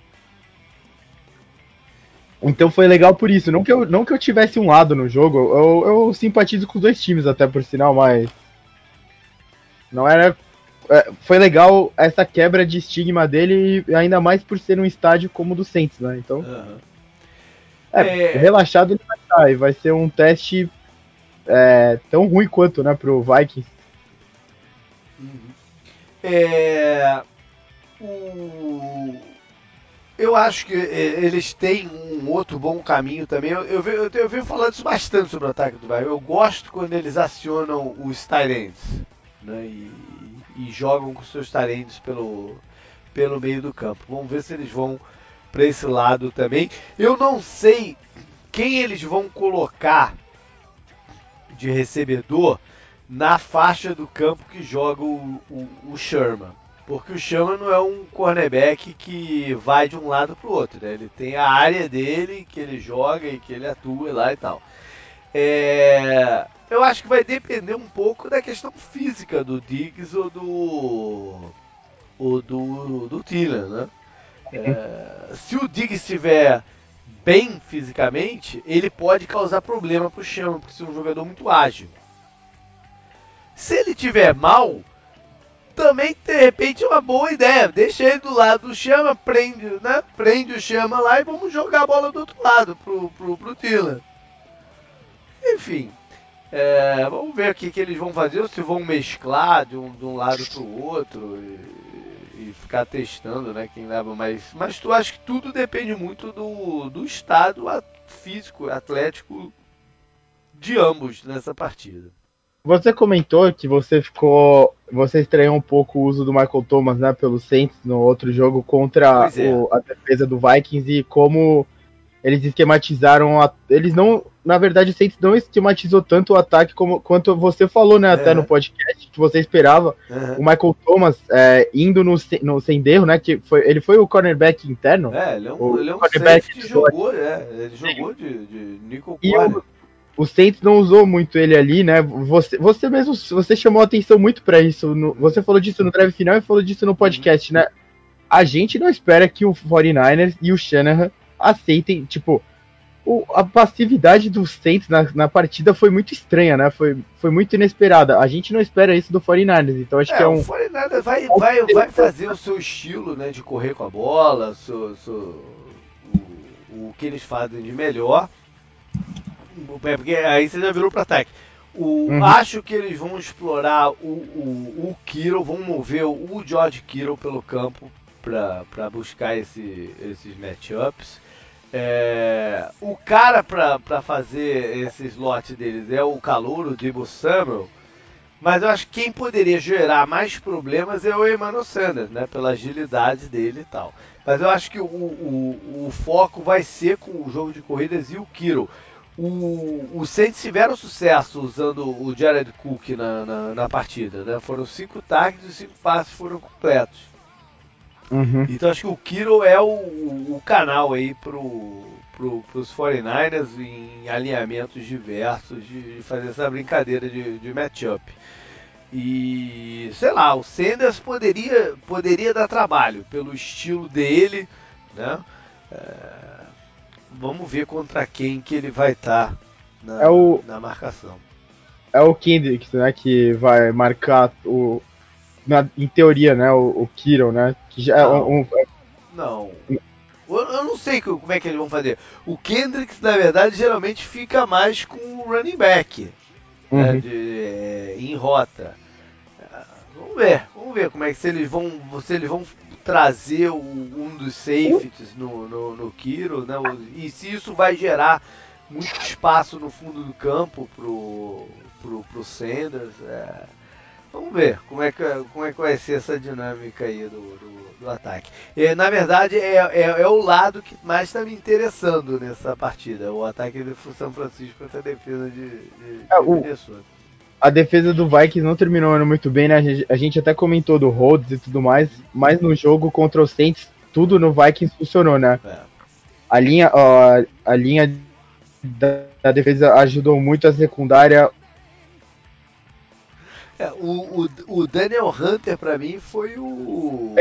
Então foi legal por isso. Não que eu tivesse um lado no jogo, eu simpatizo com os dois times, até por sinal, mas não era. Foi legal essa quebra de estigma dele, ainda mais por ser um estádio como o do Saints, né? Então, Uhum. É, relaxado ele vai estar, e vai ser um teste tão ruim quanto, né, pro Vikings. uhum. É, o, eu acho que eles têm um outro bom caminho também. Eu venho falando isso bastante sobre o ataque do Bahia. Eu gosto quando eles acionam os tight ends, né, e jogam com seus tight ends pelo meio do campo. Vamos ver se eles vão para esse lado também. Eu não sei quem eles vão colocar de recebedor na faixa do campo que joga o Sherman. Porque o Sherman não é um cornerback que vai de um lado para o outro, né? Ele tem a área dele que ele joga e que ele atua lá e tal. Eu acho que vai depender um pouco da questão física do Diggs ou do Thielen, né? Se o Diggs estiver bem fisicamente, ele pode causar problema para o Sherman, porque é um jogador muito ágil. Se ele tiver mal, também de repente é uma boa ideia. Deixa ele do lado do Chama, prende o Chama lá e vamos jogar a bola do outro lado pro Tila. Enfim, vamos ver o que eles vão fazer, ou se vão mesclar de um lado pro outro e ficar testando, né, quem leva mais. Mas tu acha que tudo depende muito do estado físico, atlético de ambos nessa partida. Você comentou que você estranhou um pouco o uso do Michael Thomas, né, pelo Saints no outro jogo contra Pois é. a defesa do Vikings e como eles esquematizaram. Eles não. Na verdade, o Saints não esquematizou tanto o ataque quanto você falou, né? Até no Uhum. podcast, que você esperava. Uhum. O Michael Thomas indo no sem derro, né? Ele foi o cornerback interno. Ele é O um cornerback safety, slot. ele jogou de nickel E corner. o Saints não usou muito ele ali, né? Você mesmo, você chamou a atenção muito para isso. Você falou disso no drive final e falou disso no Uhum. podcast, né? A gente não espera que o 49ers e o Shanahan aceitem, tipo, a passividade do Saints na partida foi muito estranha, né? Foi muito inesperada. A gente não espera isso do 49ers, então acho que é O um. 49 vai fazer o seu estilo, né, de correr com a bola, o que eles fazem de melhor. Porque aí você já virou para ataque. Uhum. Acho que eles vão explorar o Kittle, vão mover o George Kittle pelo campo para buscar esses matchups. O cara para fazer esse slot deles é o calouro, o Debo Samuel, mas eu acho que quem poderia gerar mais problemas é o Emmanuel Sanders, né, pela agilidade dele e tal. Mas eu acho que o foco vai ser com o jogo de corridas e o Kittle. Os Saints tiveram sucesso usando o Jared Cook na partida, né? Foram 5 targets e 5 passes foram completos. Uhum. Então acho que o Kittle é o canal aí pros 49ers em alinhamentos diversos de fazer essa brincadeira de matchup. E sei lá, o Sanders poderia dar trabalho pelo estilo dele, né? Vamos ver contra quem que ele vai estar na marcação. É o Kendricks, né, que vai marcar em teoria, né, o Kittle, né, que já Não. Eu não sei como é que eles vão fazer. O Kendricks, na verdade, geralmente fica mais com o running back, né, em rota. Vamos ver como é que se eles vão trazer um dos safeties no Kiro, né? E se isso vai gerar muito espaço no fundo do campo pro Sanders. Vamos ver como é que vai ser essa dinâmica aí do ataque. Na verdade, é o lado que mais está me interessando nessa partida, o ataque do São Francisco contra a defesa de Minnesota. A defesa do Vikings não terminou o ano muito bem, né? A gente até comentou do Rhodes e tudo mais, mas no jogo contra os Saints, tudo no Vikings funcionou, né? A linha da defesa ajudou muito a secundária. O Daniel Hunter, para mim, foi o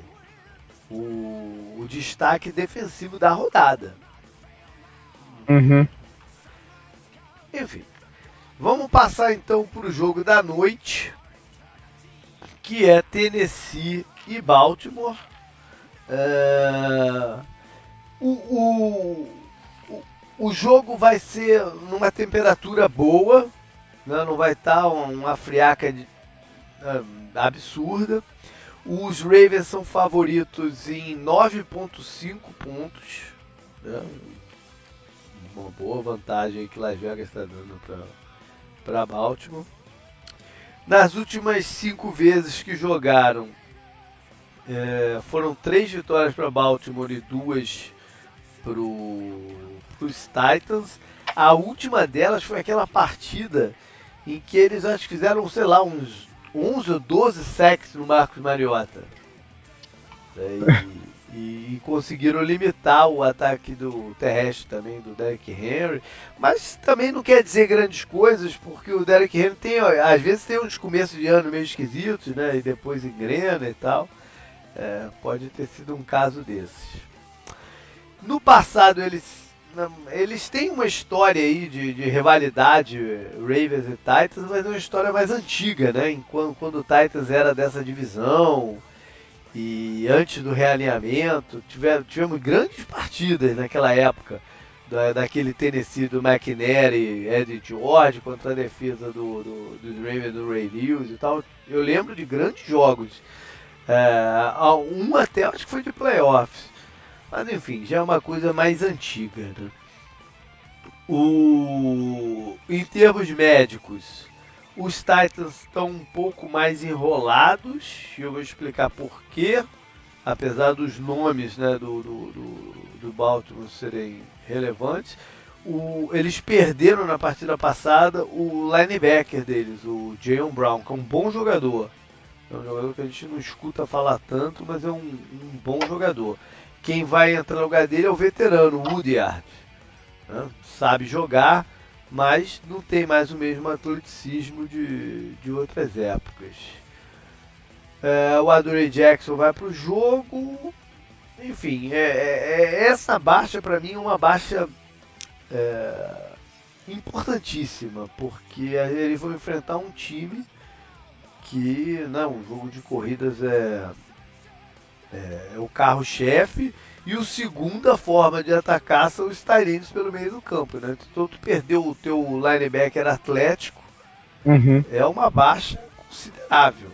destaque defensivo da rodada. Uhum. Enfim, vamos passar então para o jogo da noite, que é Tennessee e Baltimore. O jogo vai ser numa temperatura boa, né? Não vai estar uma friaca absurda. Os Ravens são favoritos em 9,5 pontos. Né? Uma boa vantagem que Las Vegas está dando para Baltimore. Nas últimas 5 vezes que jogaram, foram 3 vitórias para Baltimore e 2 para os Titans. A última delas foi aquela partida em que eles acho que fizeram, sei lá, uns 11 ou 12 sacks no Marcos Mariota. E conseguiram limitar o ataque do terrestre também do Derrick Henry, mas também não quer dizer grandes coisas, porque o Derrick Henry às vezes tem uns começos de ano meio esquisitos, né, e depois engrena e tal. Pode ter sido um caso desses. No passado eles têm uma história aí de rivalidade, Ravens e Titans, mas é uma história mais antiga, né? Quando o Titans era dessa divisão e antes do realinhamento, tivemos grandes partidas naquela época, daquele Tennessee do McNair, Eddie George contra a defesa dos Ravens do Ray Lewis e tal. Eu lembro de grandes jogos, um até acho que foi de playoffs. Mas enfim, já é uma coisa mais antiga. Né? Em termos médicos, os Titans estão um pouco mais enrolados. E eu vou explicar por quê. Apesar dos nomes, né, do Baltimore serem relevantes. Eles perderam na partida passada o linebacker deles, o Jayon Brown, que é um bom jogador. É um jogador que a gente não escuta falar tanto, mas é um bom jogador. Quem vai entrar no lugar dele é o veterano, o Woodyard. Né? Sabe jogar, mas não tem mais o mesmo atleticismo de outras épocas. O Adoree Jackson vai para o jogo. Enfim, essa baixa para mim é uma baixa importantíssima, porque eles vão enfrentar um time que, não, o jogo de corridas é o carro-chefe, e o segunda forma de atacar são os tight pelo meio do campo, né? Então tu perdeu o teu linebacker atlético, é uma baixa considerável.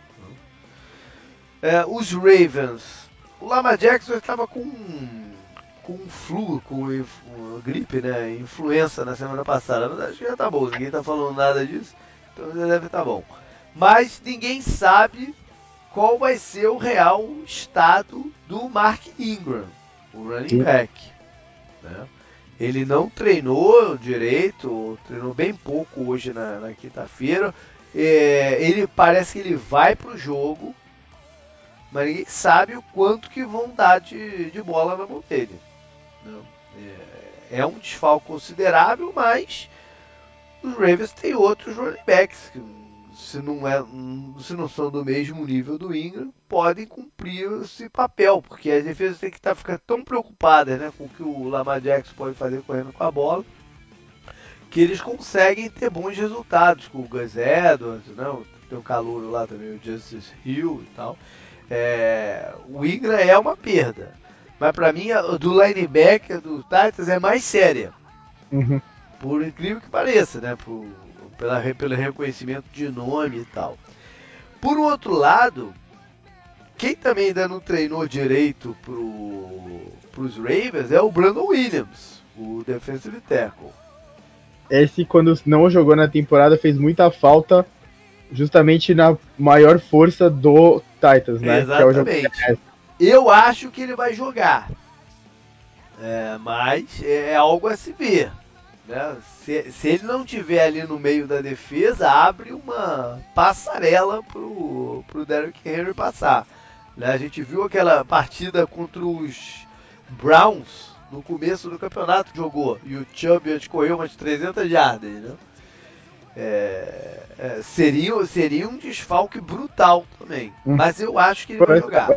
Os Ravens, o Lamar Jackson estava com flu, com gripe, né? Influença na semana passada, mas acho que já tá bom, ninguém tá falando nada disso, então já deve estar bom. Mas ninguém sabe qual vai ser o real estado do Mark Ingram, o running back. Né? Ele não treinou direito, treinou bem pouco hoje na quinta-feira. Ele parece que ele vai pro jogo, mas ninguém sabe o quanto que vão dar de bola na mão dele. Não. É um desfalque considerável, mas os Ravens têm outros running backs que, se não são do mesmo nível do Ingram, podem cumprir esse papel, porque as defesas têm que ficar tão preocupadas, né, com o que o Lamar Jackson pode fazer correndo com a bola, que eles conseguem ter bons resultados com o Gus Edwards, né, tem o calouro lá também, o Justice Hill e tal. O Ingram é uma perda, mas para mim a do linebacker do Titans é mais séria. Uhum. Por incrível que pareça, né? Pelo reconhecimento de nome e tal. Por outro lado, quem também ainda não treinou direito pros Ravens é o Brandon Williams, o defensive tackle. Esse, quando não jogou na temporada, fez muita falta justamente na maior força do Titans, né? Exatamente. Que é o jogo terrestre. Eu acho que ele vai jogar. Mas é algo a se ver. Né? Se ele não tiver ali no meio da defesa, abre uma passarela pro Derrick Henry passar. Né? A gente viu aquela partida contra os Browns no começo do campeonato que jogou, e o Chubb correu umas 300 jardas. Né? Seria um desfalque brutal também, mas eu acho que ele vai jogar.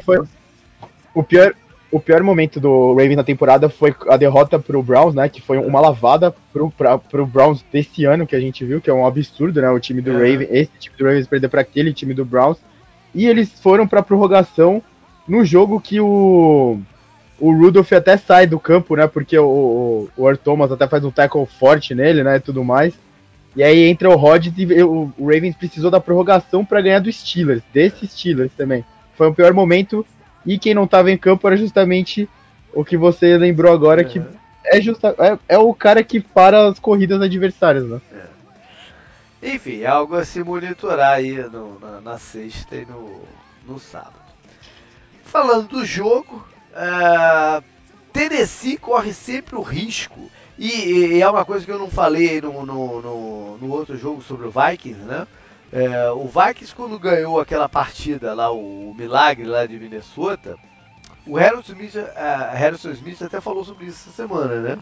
O pior momento do Ravens na temporada foi a derrota pro Browns, né? Que foi uma lavada pro Browns desse ano que a gente viu, que é um absurdo, né? O time do Ravens, esse time do Ravens perder para aquele time do Browns. E eles foram pra prorrogação no jogo que o Rudolph até sai do campo, né? Porque o Earl Thomas até faz um tackle forte nele, né? E tudo mais. E aí entra o Rodgers e o Ravens precisou da prorrogação para ganhar do Steelers, desse Steelers também. Foi o pior momento. E quem não estava em campo era justamente o que você lembrou agora, que é o cara que para as corridas adversárias, né? Enfim, é algo a se monitorar aí na sexta e no sábado. Falando do jogo, Tennessee corre sempre o risco, e é uma coisa que eu não falei no outro jogo sobre o Vikings, né? O Vikings, quando ganhou aquela partida lá, o milagre lá de Minnesota, o Harrison Smith até falou sobre isso essa semana, né?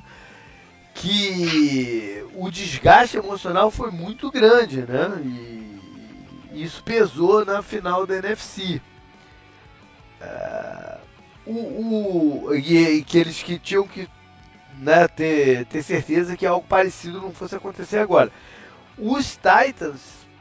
Que o desgaste emocional foi muito grande, né? E isso pesou na final da NFC. E que eles que tinham que, né, ter certeza que algo parecido não fosse acontecer agora. Os Titans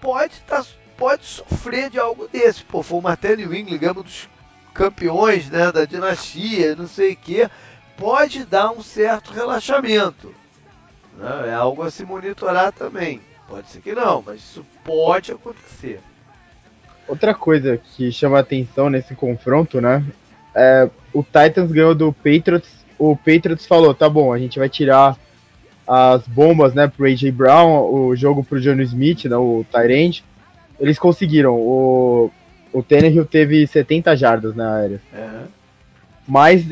pode sofrer de algo desse. Pô, foi uma até New England, ligamos dos campeões, né, da dinastia, não sei o que. Pode dar um certo relaxamento. Né? É algo a se monitorar também. Pode ser que não, mas isso pode acontecer. Outra coisa que chama a atenção nesse confronto, né? O Titans ganhou do Patriots. O Patriots falou: tá bom, a gente vai tirar as bombas, né, pro A.J. Brown, o jogo pro Jono Smith, né, o Tyrande. Eles conseguiram. O Tannehill teve 70 jardas na área. Mas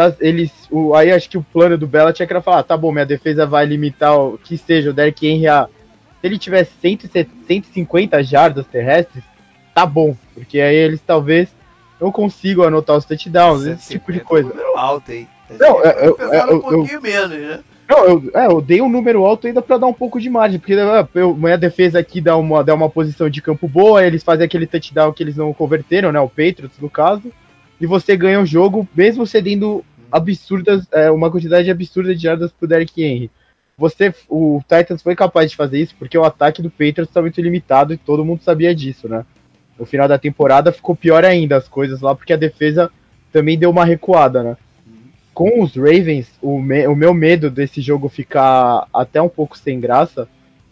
aí acho que o plano do Belichick era falar: tá bom, minha defesa vai limitar o que seja o Derrick Henry a. Se ele tivesse 150 jardas terrestres, tá bom, porque aí eles talvez não consigam anotar os touchdowns, esse tipo de coisa. É um número alto, hein? Não, um pouquinho menos, né? Não, eu dei um número alto ainda para dar um pouco de margem, porque minha defesa aqui dá uma posição de campo boa, eles fazem aquele touchdown que eles não converteram, né? O Patriots, no caso, e você ganha o jogo, mesmo cedendo uma quantidade absurda de jardas pro Derrick Henry. O Titans foi capaz de fazer isso porque o ataque do Patriots está muito limitado e todo mundo sabia disso, né? No final da temporada ficou pior ainda as coisas lá, porque a defesa também deu uma recuada, né? Com os Ravens, o meu medo desse jogo ficar até um pouco sem graça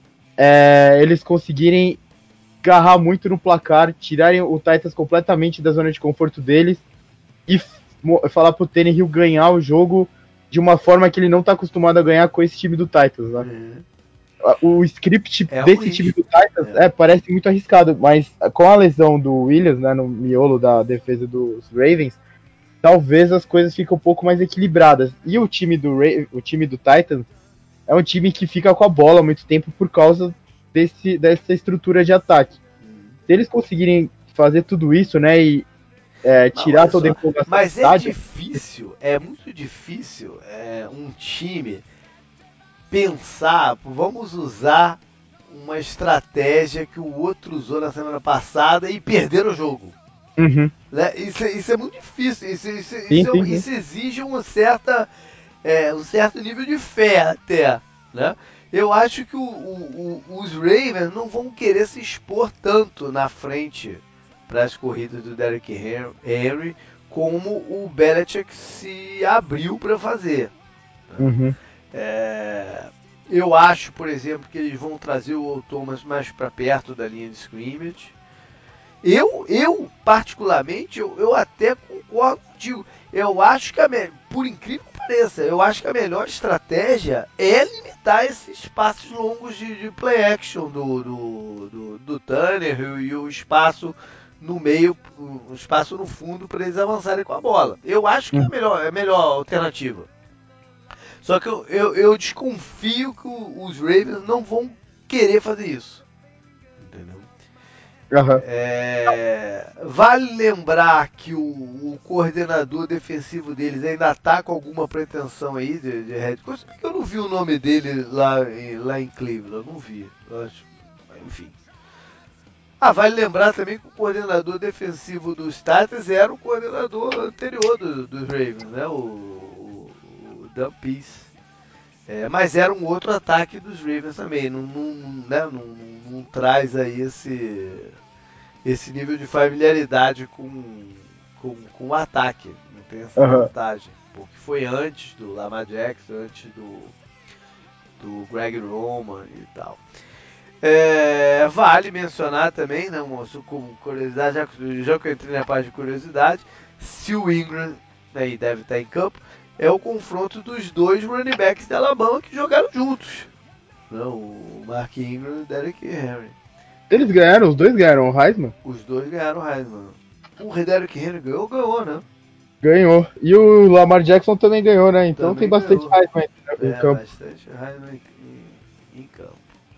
é eles conseguirem agarrar muito no placar, tirarem o Titans completamente da zona de conforto deles e falar pro Tannehill ganhar o jogo de uma forma que ele não tá acostumado a ganhar com esse time do Titans, né? O script desse time do Titans parece muito arriscado, mas com a lesão do Williams, né, no miolo da defesa dos Ravens, talvez as coisas fiquem um pouco mais equilibradas. E o time do Titans é um time que fica com a bola muito tempo por causa dessa estrutura de ataque. Se eles conseguirem fazer tudo isso, né, e tirar toda a empolgação do Mas estádio... é muito difícil um time pensar, vamos usar uma estratégia que o outro usou na semana passada e perder o jogo. Uhum. Né? Isso é muito difícil. Sim. Isso exige um certo nível de fé até. Né? Eu acho que os Ravens não vão querer se expor tanto na frente para as corridas do Derrick Henry como o Belichick se abriu para fazer. Uhum. Eu acho, por exemplo, que eles vão trazer o Thomas mais para perto da linha de scrimmage. Eu particularmente, eu até concordo contigo. Eu acho que, por incrível que pareça, eu acho que a melhor estratégia é limitar esses passos longos de play action do Turner e o espaço no meio, o espaço no fundo para eles avançarem com a bola. Eu acho que é a melhor alternativa. Só que eu desconfio que os Ravens não vão querer fazer isso. Entendeu? Uhum. Vale lembrar que o coordenador defensivo deles ainda está com alguma pretensão aí de head coach. Por que eu não vi o nome dele lá em Cleveland? Eu não vi. Eu acho, enfim. Vale lembrar também que o coordenador defensivo dos Titans era o coordenador anterior dos Ravens, né? O Dan Pease. Mas era um outro ataque dos Ravens também. Não traz aí esse nível de familiaridade com o ataque. Não tem essa vantagem. Porque foi antes do Lamar Jackson, antes do Greg Roman e tal. Vale mencionar também, né, moço, como curiosidade, já que eu entrei na parte de curiosidade, se o Ingram aí deve estar em campo, é o confronto dos dois running backs da Alabama que jogaram juntos. Não, o Mark Ingram e o Derrick Henry. Os dois ganharam o Heisman? Os dois ganharam o Heisman. O Derrick Henry ganhou, né? Ganhou. E o Lamar Jackson também ganhou, né? Então Também tem bastante ganhou. Heisman em campo. Bastante Heisman em campo.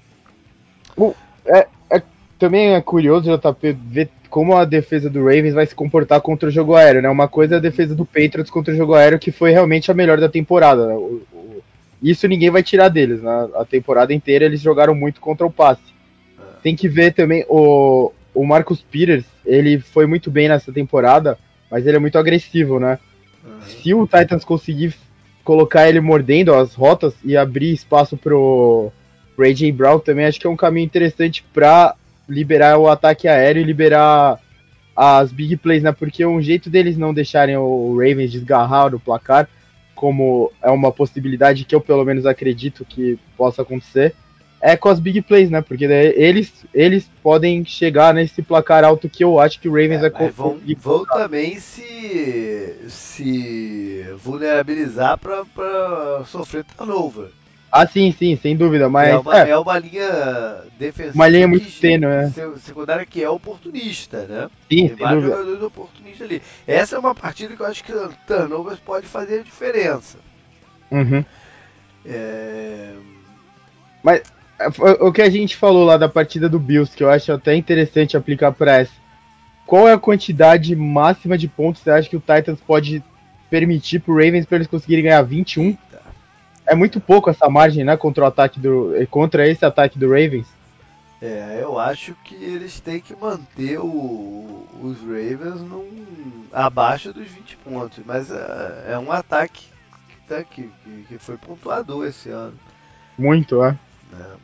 Também é curioso, JP, ver como a defesa do Ravens vai se comportar contra o jogo aéreo, né? Uma coisa é a defesa do Patriots contra o jogo aéreo, que foi realmente a melhor da temporada, né? Isso ninguém vai tirar deles, né? A temporada inteira eles jogaram muito contra o passe. Tem que ver também o Marcus Peters, ele foi muito bem nessa temporada, mas ele é muito agressivo, né? Se o Titans conseguir colocar ele mordendo as rotas e abrir espaço pro AJ Brown, também acho que é um caminho interessante para liberar o ataque aéreo e liberar as big plays, né? Porque um jeito deles não deixarem o Ravens desgarrar o placar, como é uma possibilidade que eu pelo menos acredito que possa acontecer, é com as big plays, né? Porque eles podem chegar nesse placar alto que eu acho que o Ravens vai conseguir. Vão também se vulnerabilizar para sofrer turnover. Sim, sem dúvida, mas É uma linha uma defensiva linha muito tênue, né? secundária que é oportunista, né? Sim, Tem sem vários dúvida. jogadores oportunistas ali. Essa é uma partida que eu acho que turnovers pode fazer a diferença. Uhum. É... Mas o que a gente falou lá da partida do Bills, que eu acho até interessante aplicar para essa. Qual é a quantidade máxima de pontos você acha que o Titans pode permitir pro Ravens para eles conseguirem ganhar 21? Eita. É muito pouco essa margem, né, contra esse ataque do Ravens. Eu acho que eles têm que manter os Ravens abaixo dos 20 pontos, mas é um ataque que foi pontuador esse ano. Muito, né? Né?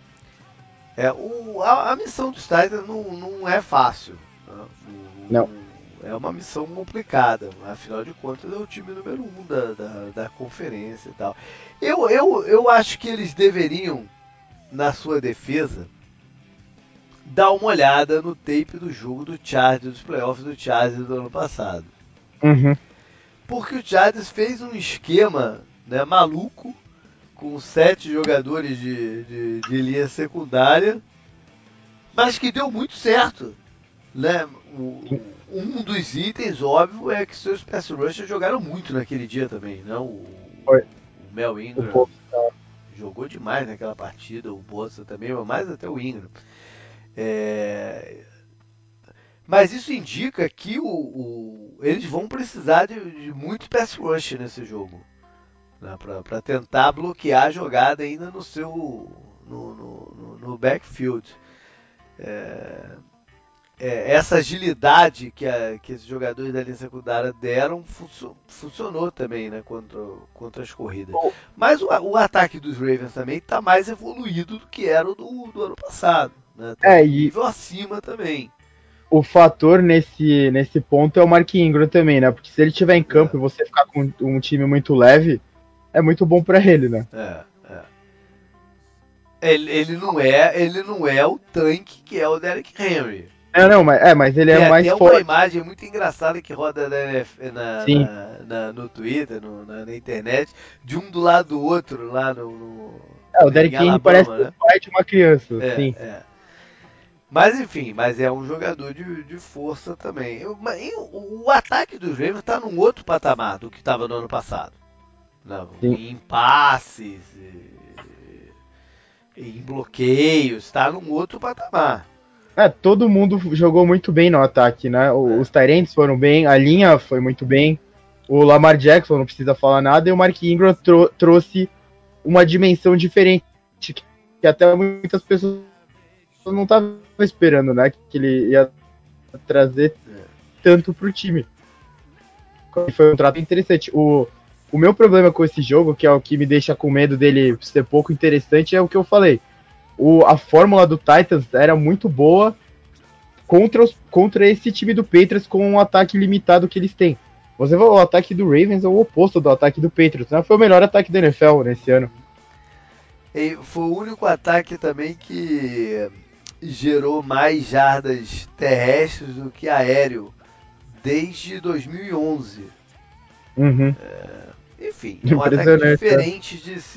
A missão dos Titans não é fácil. Né? Não. É uma missão complicada. Afinal de contas, é o time número 1 da conferência e tal. Eu acho que eles deveriam, na sua defesa, dar uma olhada no tape do jogo do Chargers, dos playoffs do Chargers do ano passado. Uhum. Porque o Chargers fez um esquema, né, maluco, com 7 jogadores de linha secundária, mas que deu muito certo. Né? Um dos itens, óbvio, é que seus pass rushers jogaram muito naquele dia também, né? Foi. O Mel O Ingram povo, jogou demais naquela partida, o Bosa também, mas mais até o Ingram. É, mas isso indica que eles vão precisar de muito pass rush nesse jogo, né? Para tentar bloquear a jogada ainda no backfield. É, essa agilidade que esses jogadores da linha secundária deram funcionou também, né, contra as corridas. Mas o ataque dos Ravens também está mais evoluído do que era o do ano passado. Né? Tá um e nível acima também. o fator nesse ponto é o Mark Ingram também, né? Porque se ele estiver em campo e você ficar com um time muito leve, é muito bom para ele, né? Ele não é o tanque que é o Derrick Henry. Não, mas ele é Tem mais até uma forte. imagem muito engraçada que roda Sim. no Twitter, na internet, de um do lado do outro lá O em Derrick Henry parece Alabama, o né? pai de uma criança, É, sim. é. Mas enfim, mas é um jogador de força também. O ataque dos Ravens está num outro patamar do que estava no ano passado. Não, Sim. em passes, em bloqueios, está num outro patamar. Todo mundo jogou muito bem no ataque, né? Né? Os Tyrants foram bem, a linha foi muito bem. O Lamar Jackson não precisa falar nada, e o Mark Ingram trouxe uma dimensão diferente, que até muitas pessoas não estavam esperando, né? Que ele ia trazer tanto pro time. Foi um trato interessante. O meu problema com esse jogo, que é o que me deixa com medo dele ser pouco interessante, é o que eu falei. A fórmula do Titans era muito boa contra esse time do Patriots com um ataque limitado que eles têm. Você vê o ataque do Ravens é o oposto do ataque do Patriots, né? Foi o melhor ataque da NFL nesse ano. E foi o único ataque também que gerou mais jardas terrestres do que aéreo desde 2011. Uhum. Enfim, é um ataque Impressionante, né? diferente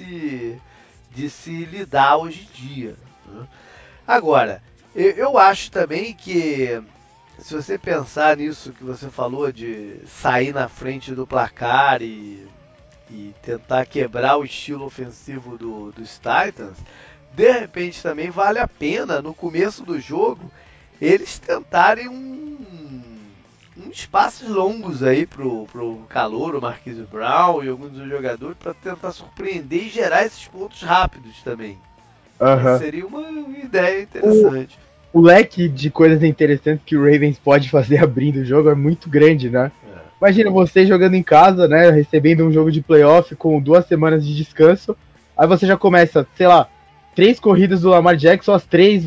de se lidar hoje em dia. Né? Agora, eu acho também que se você pensar nisso que você falou de sair na frente do placar e tentar quebrar o estilo ofensivo dos Titans, de repente também vale a pena no começo do jogo eles tentarem uns passes longos aí pro calor, o Marquise Brown e alguns dos jogadores para tentar surpreender e gerar esses pontos rápidos também. Uhum. Seria uma ideia O, interessante. o leque de coisas interessantes que o Ravens pode fazer abrindo o jogo é muito grande, né? Imagina você jogando em casa, né? Recebendo um jogo de playoff com 2 semanas de descanso. Aí você já começa, sei lá, 3 corridas do Lamar Jackson, as 3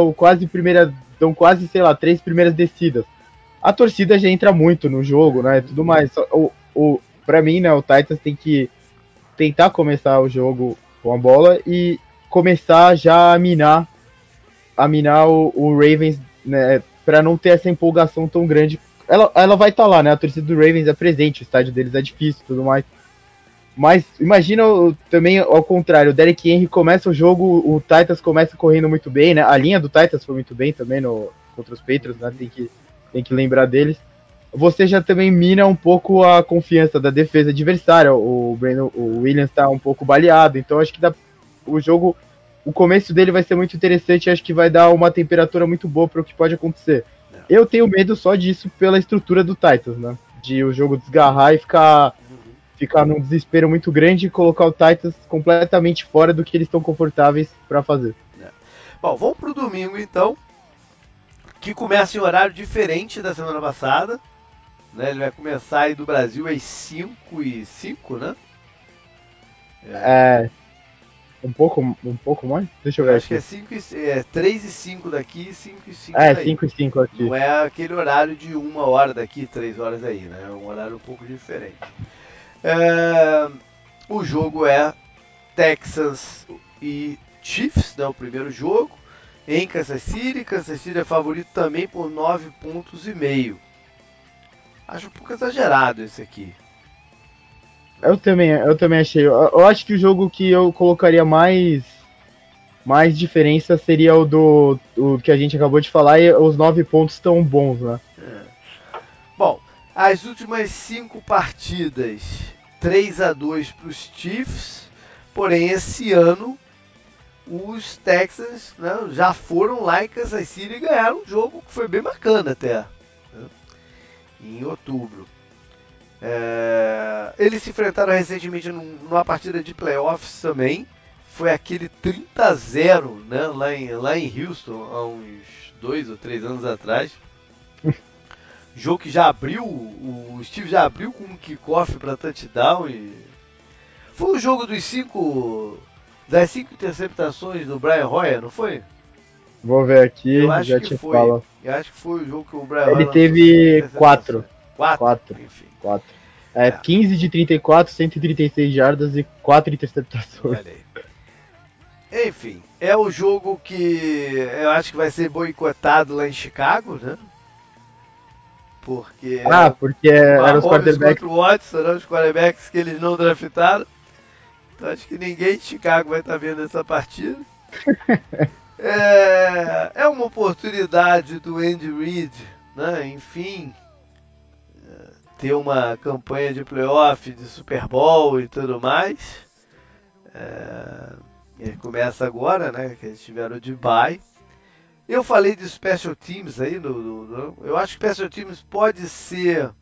dão quase, sei lá, 3 primeiras descidas. A torcida já entra muito no jogo, né? Tudo mais. Pra mim, né, o Titans tem que tentar começar o jogo com a bola e começar já a minar o Ravens, né, para não ter essa empolgação tão grande. Ela vai estar lá, né? A torcida do Ravens é presente, o estádio deles é difícil e tudo mais. Mas imagina também ao contrário, o Derrick Henry começa o jogo, o Titans começa correndo muito bem, né? A linha do Titans foi muito bem também contra os Patriots, né? Tem que lembrar deles. Você já também mina um pouco a confiança da defesa adversária. O Williams está um pouco baleado, então acho que o começo dele vai ser muito interessante. Acho que vai dar uma temperatura muito boa para o que pode acontecer. Eu tenho medo só disso pela estrutura do Titans, né? De o jogo desgarrar e ficar num desespero muito grande e colocar o Titans completamente fora do que eles estão confortáveis para fazer. Bom, vamos pro domingo então, que começa em horário diferente da semana passada. Né? Ele vai começar aí do Brasil às 5 e 5, né? É, um pouco mais? Deixa eu Eu ver acho que aqui. 3 e 5 daqui e 5 e 5 daí. 5 e 5 aqui. Não é aquele horário de 1 hora daqui, 3 horas daí, né? É um horário um pouco diferente. É, o jogo é Texans e Chiefs, né? O primeiro jogo. Em Kansas City. Kansas City é favorito também por 9,5 pontos. Acho um pouco exagerado esse aqui. Eu também achei. Eu acho que o jogo que eu colocaria mais mais diferença seria o que a gente acabou de falar, e os 9 pontos estão bons, né? Bom, as últimas 5 partidas, 3-2 para os Chiefs, porém esse ano os Texans, né, já foram lá em Kansas City e ganharam um jogo que foi bem bacana até, né, em outubro. Eles se enfrentaram recentemente numa partida de playoffs também. Foi aquele 30-0, né, lá em Houston, há uns 2 ou 3 anos atrás. Jogo que já abriu, o Steve já abriu com um kickoff para touchdown. Foi o jogo das 5 interceptações do Brian Hoyer, não foi? Vou ver aqui, Eu acho já que te foi. falo. Eu acho que foi o jogo que o Brian Ele Hoyer lançou 5 teve interceptações. 4. 4? 4. Enfim. 4. É, 15 de 34, 136 jardas e 4 interceptações. olha aí. Enfim, é o jogo que eu acho que vai ser boicotado lá em Chicago, né? Porque é Porque o eram os Mahomes quarterbacks. contra o Watson, né? Os quarterbacks que eles não draftaram. Então acho que ninguém de Chicago vai estar vendo essa partida. É uma oportunidade do Andy Reid, né? Enfim, ter uma campanha de playoff, de Super Bowl e tudo mais. Ele começa agora, né? Que eles tiveram de bye. Eu falei de Special Teams aí, eu acho que Special Teams pode ser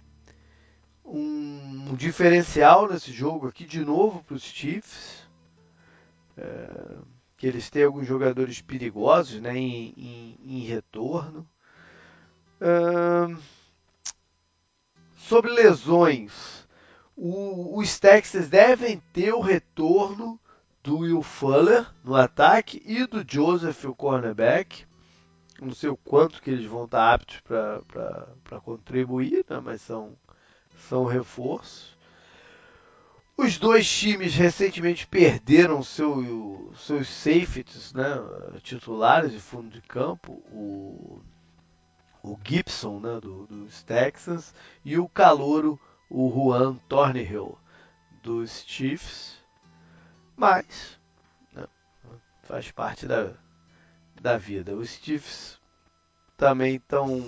um diferencial nesse jogo aqui de novo para os Chiefs. Que eles têm alguns jogadores perigosos, né, em retorno. Sobre lesões, os Texans devem ter o retorno do Will Fuller no ataque e do Joseph, o cornerback. Não sei o quanto que eles vão estar aptos para contribuir, né, mas são reforços. Os dois times recentemente perderam seus safeties, né, titulares de fundo de campo, o Gibson, né, dos Texans, e o calouro, o Juan Thornhill, dos Chiefs. Mas, né, faz parte da vida. Os Chiefs também estão...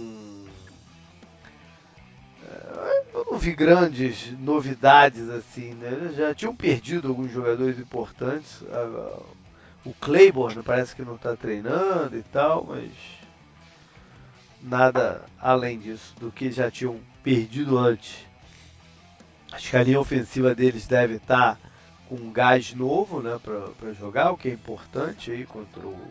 Eu não vi grandes novidades assim, né? Eles já tinham perdido alguns jogadores importantes. O Claiborne parece que não está treinando e tal, mas nada além disso do que já tinham perdido antes. Acho que a linha ofensiva deles deve estar com um gás novo, né, para jogar, o que é importante aí contra o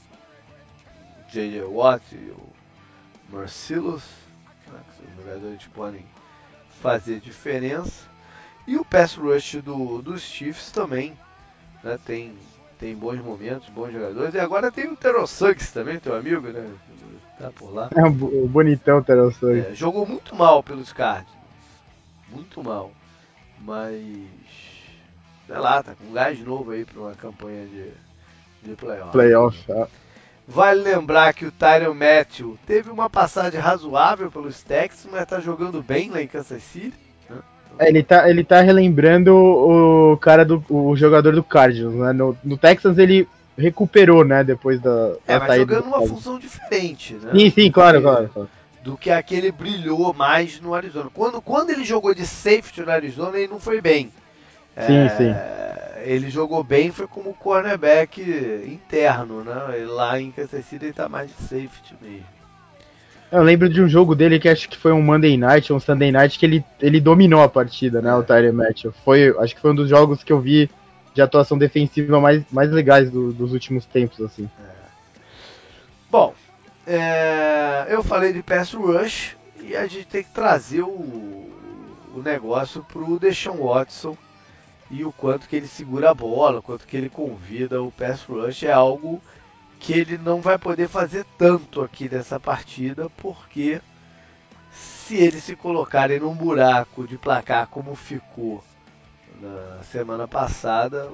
J.J. Watt e o Marcellus, né, que são jogadores que podem fazer diferença. E o pass rush dos Chiefs também, né, tem bons momentos, bons jogadores. E agora tem o Terrell Suggs também, teu amigo, né? Tá por lá. É o bonitão Terrell Suggs. Jogou muito mal pelos Cardinals. Muito mal. Mas, sei lá, tá com gás novo aí para uma campanha de playoff. Playoff. Vale lembrar que o Tyrann Mathieu teve uma passagem razoável pelos Texans, mas tá jogando bem lá em Kansas City. Né? Ele tá relembrando o cara o jogador do Cardinals, né? No Texans ele recuperou, né? Depois da Mas saída do jogando numa Cardinals. função diferente, né? Sim, claro. Do que aquele brilhou mais no Arizona. Quando ele jogou de safety no Arizona, ele não foi bem. Sim. Ele jogou bem, foi como cornerback interno, né? E lá em Kansas City ele tá mais de safety mesmo. Eu lembro de um jogo dele que acho que foi um Monday Night ou um Sunday Night que ele dominou a partida, né? O Tyrann Mathieu. Acho que foi um dos jogos que eu vi de atuação defensiva mais legais dos últimos tempos, assim. Bom, eu falei de pass rush e a gente tem que trazer o negócio pro Deshaun Watson e o quanto que ele segura a bola, o quanto que ele convida o pass rush é algo que ele não vai poder fazer tanto aqui nessa partida, porque se eles se colocarem num buraco de placar como ficou na semana passada,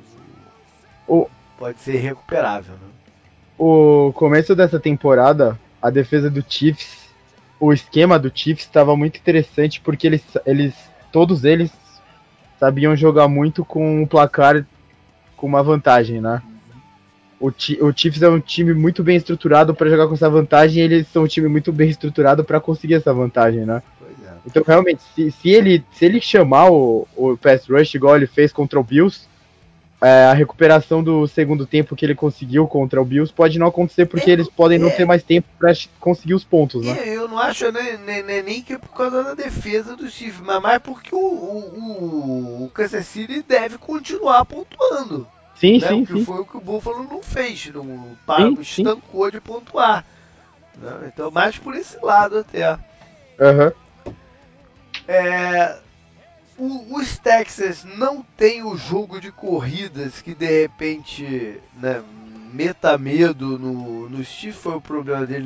pode ser irrecuperável, né? O começo dessa temporada, a defesa do Chiefs, o esquema do Chiefs estava muito interessante porque todos eles sabiam jogar muito com o placar com uma vantagem, né? o Chiefs é um time muito bem estruturado para jogar com essa vantagem, e eles são um time muito bem estruturado para conseguir essa vantagem, né? Pois é. Então, realmente, se ele chamar o pass rush igual ele fez contra o Bills, a recuperação do segundo tempo que ele conseguiu contra o Bills pode não acontecer porque eles podem não ter mais tempo para conseguir os pontos, né? Eu não acho nem que por causa da defesa do Chiefs, mas mais porque o Kansas City deve continuar pontuando. Sim, Né? O sim, que sim. foi o que o Buffalo não fez, Sim, sim. estancou de pontuar. Né? Então, mais por esse lado até. Uhum. Os Texans não tem o jogo de corridas que de repente, né, meta medo no Chiefs. Foi o problema dele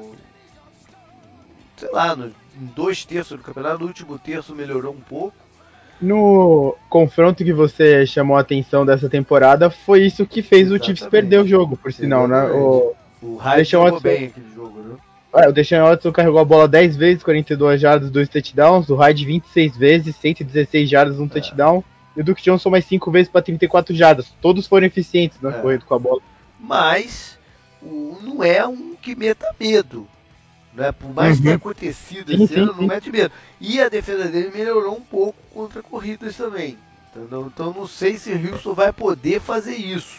sei lá, em 2 terços do campeonato. No último terço melhorou um pouco. No confronto que você chamou a atenção dessa temporada, foi isso que fez o Chiefs perder o Exatamente. jogo, por sinal, né? Exatamente. O Hyde Deshaun jogou Watson, bem aquele jogo, né? o Deshaun Watson carregou a bola 10 vezes, 42 jardas, 2 touchdowns. O Hyde 26 vezes, 116 jardas, 1 touchdown. E o Duke Johnson mais 5 vezes para 34 jardas. Todos foram eficientes, né? Correndo com a bola. Mas não é um que meta medo. Né? Por mais que tenha acontecido Sim, esse sim, ano, não sim. mete medo. E a defesa dele melhorou um pouco contra corridas também. Entendeu? Então não sei se o Houston vai poder fazer isso.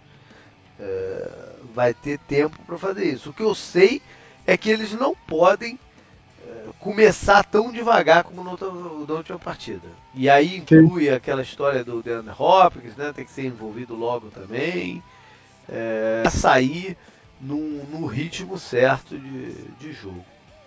Vai ter tempo para fazer isso. O que eu sei é que eles não podem começar tão devagar como na última partida. E aí inclui Sim. aquela história do DeAndre Hopkins, né? Tem que ser envolvido logo também. Sair no ritmo certo de jogo.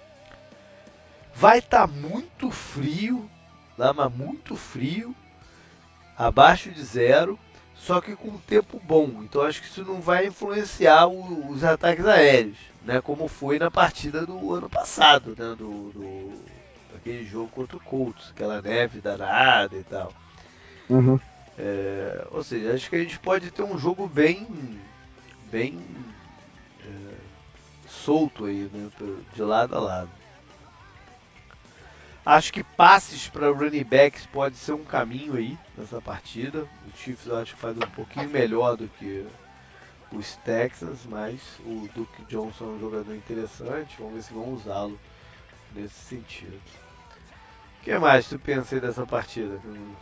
Vai estar muito frio, tá? Mas muito frio, abaixo de zero, só que com tempo bom. Então acho que isso não vai influenciar os ataques aéreos, né? Como foi na partida do ano passado, né? Daquele jogo contra o Colts, aquela neve danada e tal. Uhum. Ou seja, acho que a gente pode ter um jogo bem solto aí, né? De lado a lado. Acho que passes para running backs pode ser um caminho aí nessa partida. O Chiefs eu acho que faz um pouquinho melhor do que os Texans, mas o Duke Johnson é um jogador interessante. Vamos ver se vão usá-lo nesse sentido. O que mais tu pensa aí dessa partida?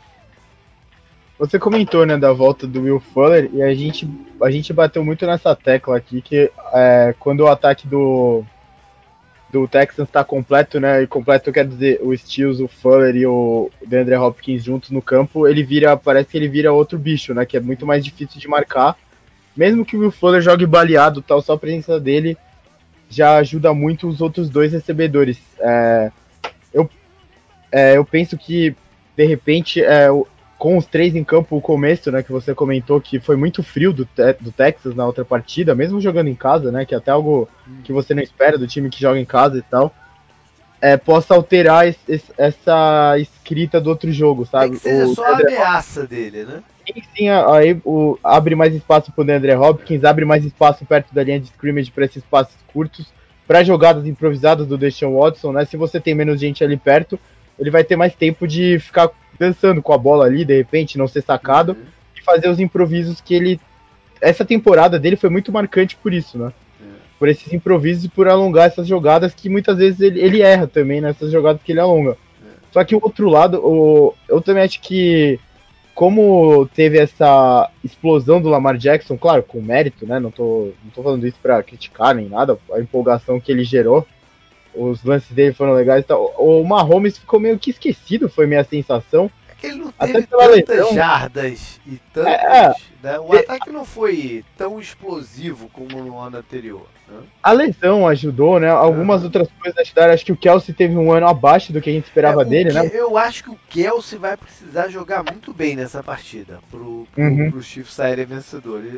Você comentou, né, da volta do Will Fuller, e a gente bateu muito nessa tecla aqui, que quando o ataque do Texans está completo, né, e completo quer dizer o Stills, o Fuller e o DeAndre Hopkins juntos no campo, parece que ele vira outro bicho, né, que é muito mais difícil de marcar. Mesmo que o Will Fuller jogue baleado, tal, só a presença dele já ajuda muito os outros dois recebedores. Eu, eu penso que, de repente, com os três em campo, o começo, né, que você comentou, que foi muito frio do Texas na outra partida, mesmo jogando em casa, né, que é até algo que você não espera do time que joga em casa e tal, possa alterar essa escrita do outro jogo, Nem que sabe? seja O só a Deandre ameaça dele, né? Hopkins sim, aí abre mais espaço pro Deandre Hopkins, abre mais espaço perto da linha de scrimmage para esses passes curtos, para jogadas improvisadas do Deshaun Watson, né? Se você tem menos gente ali perto, ele vai ter mais tempo de ficar dançando com a bola ali, de repente, não ser sacado, e fazer os improvisos que ele. Essa temporada dele foi muito marcante por isso, né? Por esses improvisos e por alongar essas jogadas que muitas vezes ele erra também nessas jogadas que ele alonga. Só que o outro lado, eu também acho que como teve essa explosão do Lamar Jackson, claro, com mérito, né? Não tô falando isso pra criticar nem nada, a empolgação que ele gerou, os lances dele foram legais e tal. O Mahomes ficou meio que esquecido, foi minha sensação. É que ele não Até teve pela tantas lesão. jardas e É, tantos. Né? O ataque não foi tão explosivo como no ano anterior. Né? a lesão ajudou, né? Algumas outras coisas ajudaram. Acho que o Kelsey teve um ano abaixo do que a gente esperava dele, né? Eu acho que o Kelsey vai precisar jogar muito bem nessa partida pro Chiefs saírem vencedores.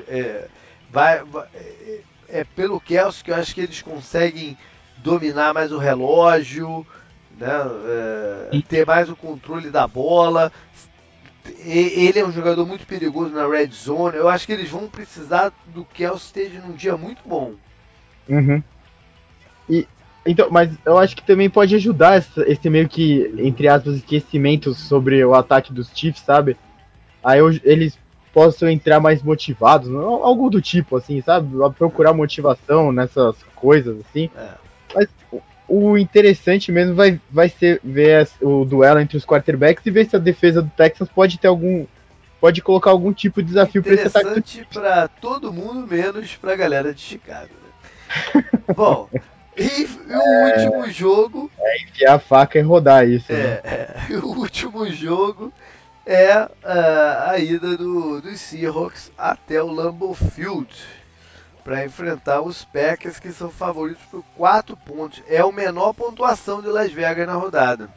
Pelo Kelsey que eu acho que eles conseguem dominar mais o relógio, né? Ter mais o controle da bola. Ele é um jogador muito perigoso na red zone. Eu acho que eles vão precisar do Kelsey esteja num dia muito bom. Uhum. E, então, mas eu acho que também pode ajudar esse meio que, entre aspas, esquecimento sobre o ataque dos Chiefs, sabe? Aí eles possam entrar mais motivados, algo do tipo, assim, sabe? Procurar motivação nessas coisas, assim. Mas o interessante mesmo vai ser ver o duelo entre os quarterbacks e ver se a defesa do Texas pode colocar algum tipo de desafio para esse ataque. Interessante para todo mundo, menos para a galera de Chicago. Né? Bom, e o último jogo... enfiar a faca e rodar isso, né? O último jogo é a ida dos Seahawks até o Lambeau Field para enfrentar os Packers, que são favoritos por 4 pontos. É a menor pontuação de Las Vegas na rodada.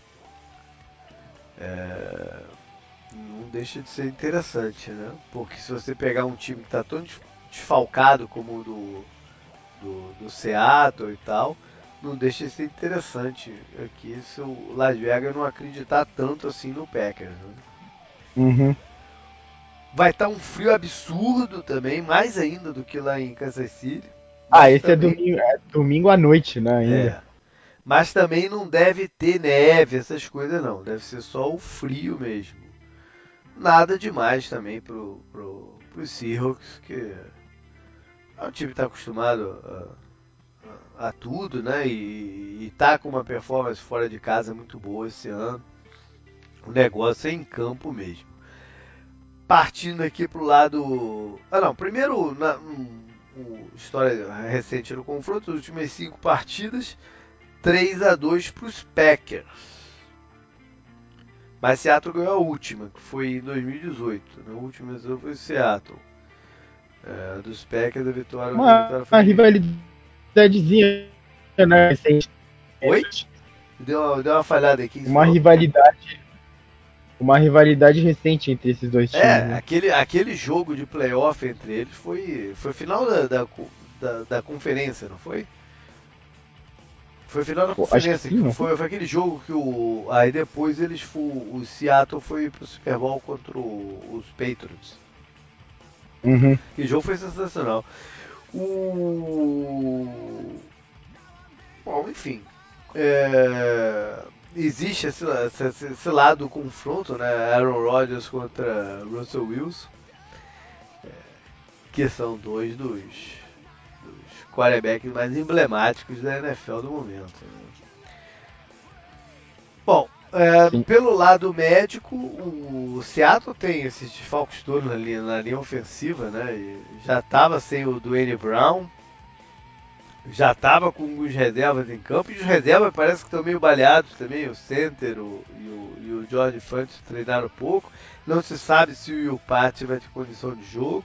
Não deixa de ser interessante, né? Porque se você pegar um time que está tão desfalcado como o do Seattle e tal, não deixa de ser interessante aqui se o Las Vegas não acreditar tanto assim no Packers. Né? Uhum. Vai estar um frio absurdo também, mais ainda do que lá em Kansas City. Esse também... é domingo à noite, né, ainda. Mas também não deve ter neve, essas coisas não. Deve ser só o frio mesmo. Nada demais também pro Seahawks, que é um time que está acostumado a tudo, né? E tá com uma performance fora de casa muito boa esse ano. O negócio é em campo mesmo. Partindo aqui pro lado... primeiro, história recente no confronto, as últimas 5 partidas, 3-2 para os Packers. Mas Seattle ganhou a última, que foi em 2018. Na última foi o Seattle. Dos Packers, a vitória foi... Uma rivalidadezinha, né, recente. Oi? Deu uma falhada aqui. Uma rivalidade recente entre esses dois times, né? Aquele jogo de playoff entre eles foi final da conferência, não foi? Foi final da conferência, Sim, foi aquele jogo que aí depois o Seattle foi pro Super Bowl contra os Patriots. Uhum. Que jogo foi sensacional. Bom, enfim. Existe esse lado do confronto, né? Aaron Rodgers contra Russell Wilson. Que são dois dos quarterbacks mais emblemáticos da NFL do momento. Né? Bom, pelo lado médico, o Seattle tem esses desfalques todos na linha ofensiva, né? E já estava sem o Duane Brown, já estava com os reservas em campo, e os reservas parece que estão meio baleados também, o center e o George Fant treinaram pouco, não se sabe se o Will Pat vai ter condição de jogo.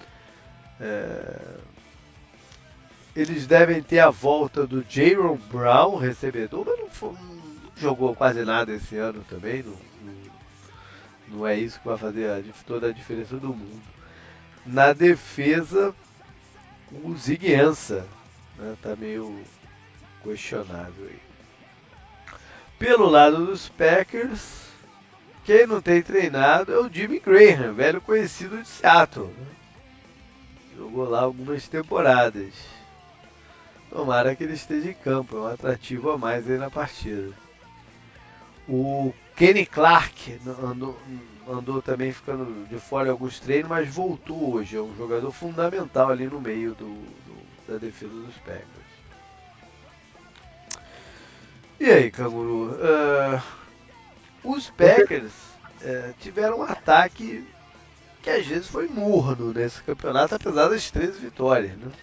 Eles devem ter a volta do Jaron Brown, recebedor, mas não jogou quase nada esse ano também, não é isso que vai fazer toda a diferença do mundo. Na defesa, o Zig Ansah, né, tá meio questionável aí. Pelo lado dos Packers, quem não tem treinado é o Jimmy Graham, velho conhecido de Seattle. Né? Jogou lá algumas temporadas. Tomara que ele esteja em campo, é um atrativo a mais aí na partida. O Kenny Clark andou também ficando de fora em alguns treinos, mas voltou hoje. É um jogador fundamental ali no meio da defesa dos Packers. E aí, Canguru? Os Packers tiveram um ataque que às vezes foi morno nesse campeonato, apesar das 13 vitórias. Né?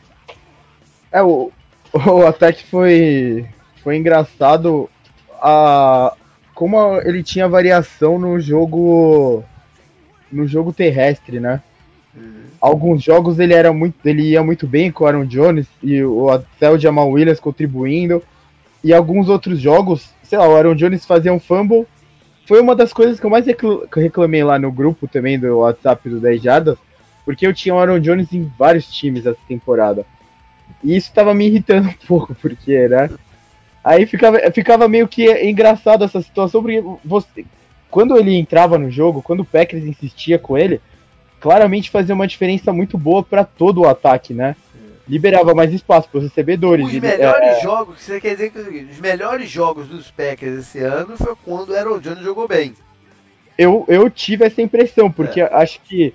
O ataque foi engraçado. Como ele tinha variação no jogo terrestre, né? Alguns jogos ele ia muito bem com o Aaron Jones e até o Jamal Williams contribuindo. E alguns outros jogos, sei lá, o Aaron Jones fazia um fumble. Foi uma das coisas que eu mais reclamei lá no grupo também do WhatsApp do 10 Jardas, porque eu tinha o Aaron Jones em vários times essa temporada. E isso tava me irritando um pouco, porque, né? Aí ficava meio que engraçado essa situação, porque quando ele entrava no jogo, quando o Packers insistia com ele, claramente fazia uma diferença muito boa para todo o ataque, né? Liberava mais espaço para os recebedores. Os melhores jogos, você quer dizer que os melhores jogos dos Packers esse ano foi quando o Aaron Jones jogou bem. Eu tive essa impressão, porque acho que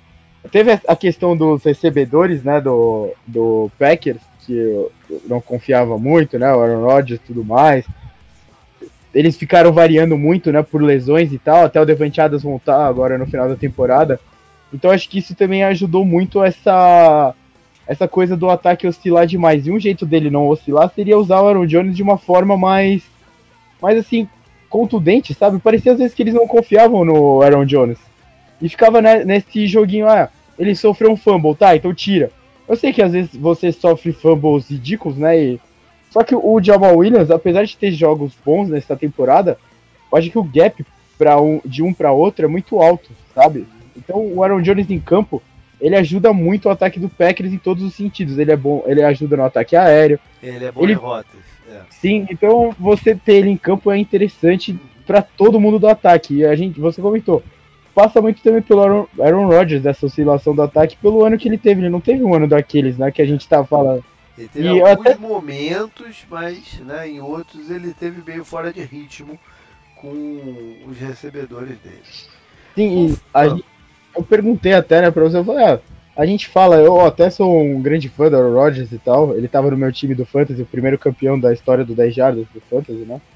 Teve a questão dos recebedores, né, do Packers, que eu não confiava muito, né, o Aaron Rodgers e tudo mais. Eles ficaram variando muito, né, por lesões e tal, até o Devante Adams voltar agora no final da temporada. Então acho que isso também ajudou muito essa coisa do ataque oscilar demais. E um jeito dele não oscilar seria usar o Aaron Jones de uma forma mais assim, contundente, sabe? Parecia às vezes que eles não confiavam no Aaron Jones. E ficava nesse joguinho, ele sofreu um fumble, tá, então tira. Eu sei que às vezes você sofre fumbles ridículos, né? Só que o Jamal Williams, apesar de ter jogos bons nessa temporada, eu acho que o gap de um para outro é muito alto, sabe? Então o Aaron Jones em campo, ele ajuda muito o ataque do Packers em todos os sentidos. Ele é bom, ele ajuda no ataque aéreo. Ele é bom em rotas. Sim, então você ter ele em campo é interessante para todo mundo do ataque. E você comentou, passa muito também pelo Aaron Rodgers, dessa oscilação do ataque, pelo ano que ele teve. Ele não teve um ano daqueles, né, que a gente tava falando. Ele teve alguns momentos, mas né, em outros ele teve meio fora de ritmo com os recebedores dele. Sim, eu perguntei até, né, pra você, eu falei, a gente fala, eu até sou um grande fã do Aaron Rodgers e tal, ele tava no meu time do Fantasy, o primeiro campeão da história do 10 Jardas do Fantasy, né?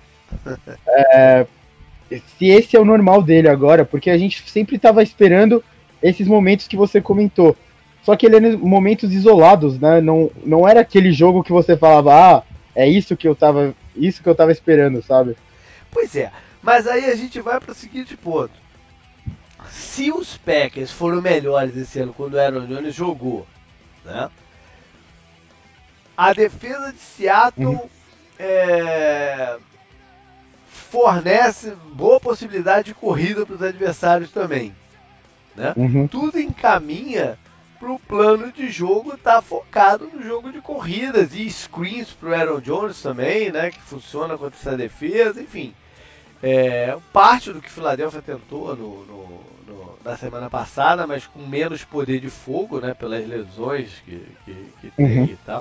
Se esse é o normal dele agora, porque a gente sempre tava esperando esses momentos que você comentou. Só que ele é momentos isolados, né? Não era aquele jogo que você falava, é isso que eu tava esperando, sabe? Pois é, mas aí a gente vai para o seguinte ponto. Se os Packers foram melhores esse ano quando o Aaron Jones jogou, né? A defesa de Seattle fornece boa possibilidade de corrida para os adversários também, né? Tudo encaminha para o plano de jogo estar focado no jogo de corridas e screens para o Aaron Jones também, né? Que funciona contra essa defesa, enfim. Parte do que Philadelphia tentou na semana passada, mas com menos poder de fogo, né, pelas lesões que tem e tal.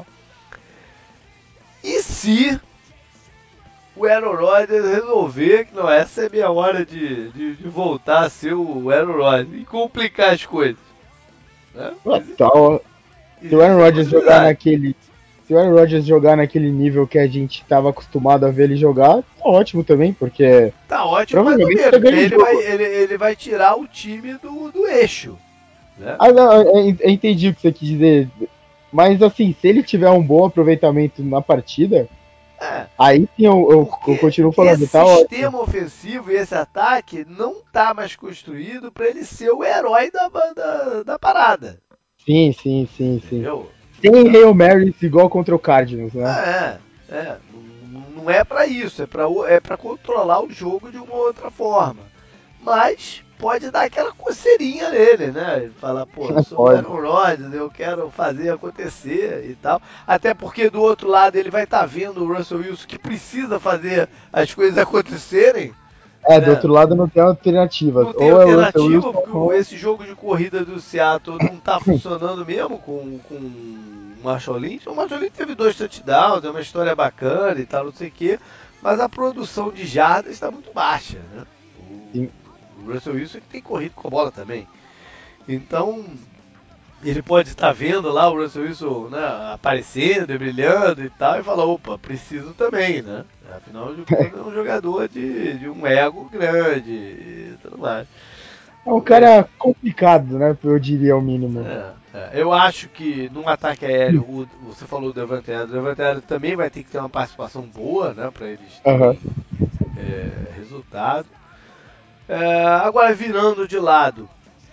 E se o Aaron Rodgers resolver que não, essa é minha hora de voltar a ser o Aaron Rodgers e complicar as coisas? Né? Se o Aaron Rodgers jogar naquele se o Aaron Rodgers jogar naquele nível que a gente estava acostumado a ver ele jogar, tá ótimo também, porque tá ótimo, mais ou menos, porque ele vai tirar o time do eixo. Né? Não, eu entendi o que você quis dizer. Mas assim, se ele tiver um bom aproveitamento na partida, aí sim eu continuo falando. Esse sistema ofensivo e esse ataque não tá mais construído para ele ser o herói da parada. Sim. Entendeu? Tem Hail Marys igual contra o Cardinals, né? Não é para isso, é para controlar o jogo de uma outra forma. Mas pode dar aquela coceirinha nele, né? Ele fala, pô, eu sou o Aaron Rodgers, eu quero fazer acontecer e tal. Até porque do outro lado ele vai estar vendo o Russell Wilson que precisa fazer as coisas acontecerem. Do outro lado não tem alternativa. Não tem alternativa, porque esse jogo de corrida do Seattle não tá funcionando mesmo com o Marshall Lynch. O Marshall Lynch teve 2 touchdowns, é uma história bacana e tal, não sei o quê. Mas a produção de jardas está muito baixa, né? O Russell Wilson tem corrido com a bola também. Então, ele pode estar vendo lá o Russell Wilson, né, aparecendo e brilhando e tal, e falar, opa, preciso também, né? Afinal de contas é um jogador de um ego grande e tudo mais. É um cara complicado, né? Eu diria o mínimo. Eu acho que num ataque aéreo, você falou do Devante Adams, o Devante Adams também vai ter que ter uma participação boa, né, para eles terem resultado. Agora, virando de lado,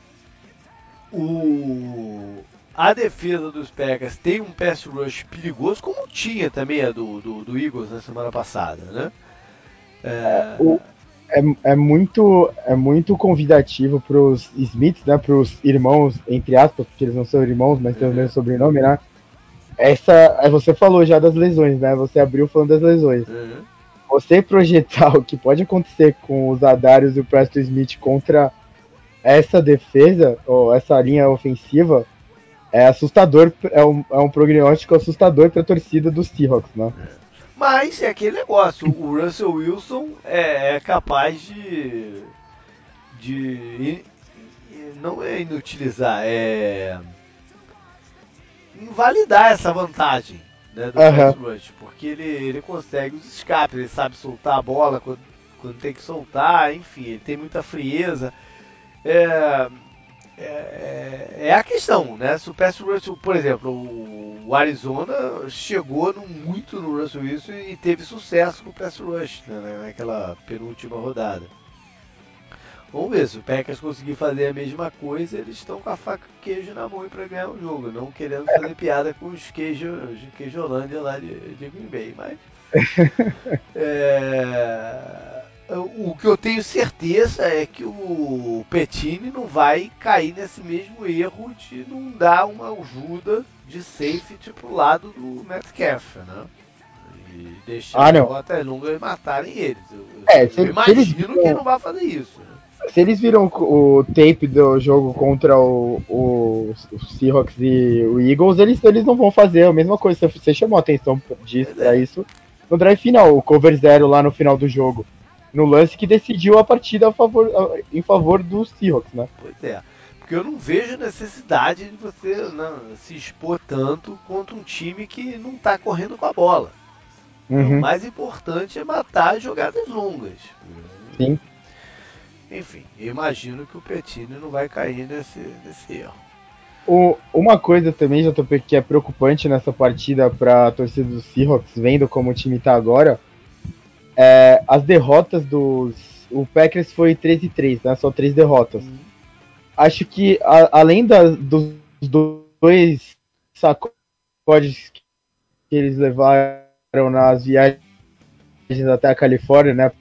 a defesa dos Packers tem um pass rush perigoso, como tinha também a do Eagles na semana passada, né? É muito convidativo pros Smiths, né? Pros irmãos, entre aspas, porque eles não são irmãos, mas têm o mesmo sobrenome, né? Você falou já das lesões, né? Você abriu falando das lesões. Você projetar o que pode acontecer com os Adarius e o Preston Smith contra essa defesa, ou essa linha ofensiva, é assustador, é um prognóstico assustador para a torcida dos Seahawks, né? Mas é aquele negócio, o Russell Wilson é capaz de não é inutilizar, é invalidar essa vantagem, né, do pass rush, porque ele consegue os escapes, ele sabe soltar a bola quando tem que soltar, enfim, ele tem muita frieza. É a questão, né? Se o pass rush, por exemplo, o Arizona chegou muito no Russell Wilson e teve sucesso com o pass rush, né, naquela penúltima rodada. Vamos ver, se o Packers conseguir fazer a mesma coisa, eles estão com a faca e queijo na mão para ganhar o jogo, não querendo fazer piada com os queijolândia lá de Green Bay, mas o que eu tenho certeza é que o Pettine não vai cair nesse mesmo erro de não dar uma ajuda de safety pro lado do Metcalf, né? E deixar as rotas longas matarem eles. Eu imagino que não vai fazer isso, né? Se eles viram o tape do jogo contra o Seahawks e o Eagles, eles não vão fazer a mesma coisa. Você chamou a atenção disso pra isso no drive final, o cover 0 lá no final do jogo. No lance que decidiu a partida em favor dos Seahawks, né? Pois é. Porque eu não vejo necessidade de você se expor tanto contra um time que não está correndo com a bola. Uhum. O mais importante é matar as jogadas longas. Sim. Enfim, eu imagino que o Pettine não vai cair nesse erro. Uma coisa também, JP, que é preocupante nessa partida para a torcida dos Seahawks, vendo como o time está agora, as derrotas dos... O Packers foi 3-3, né? Só 3 derrotas. Acho que, além dos 2 sacodes que eles levaram nas viagens até a Califórnia, né?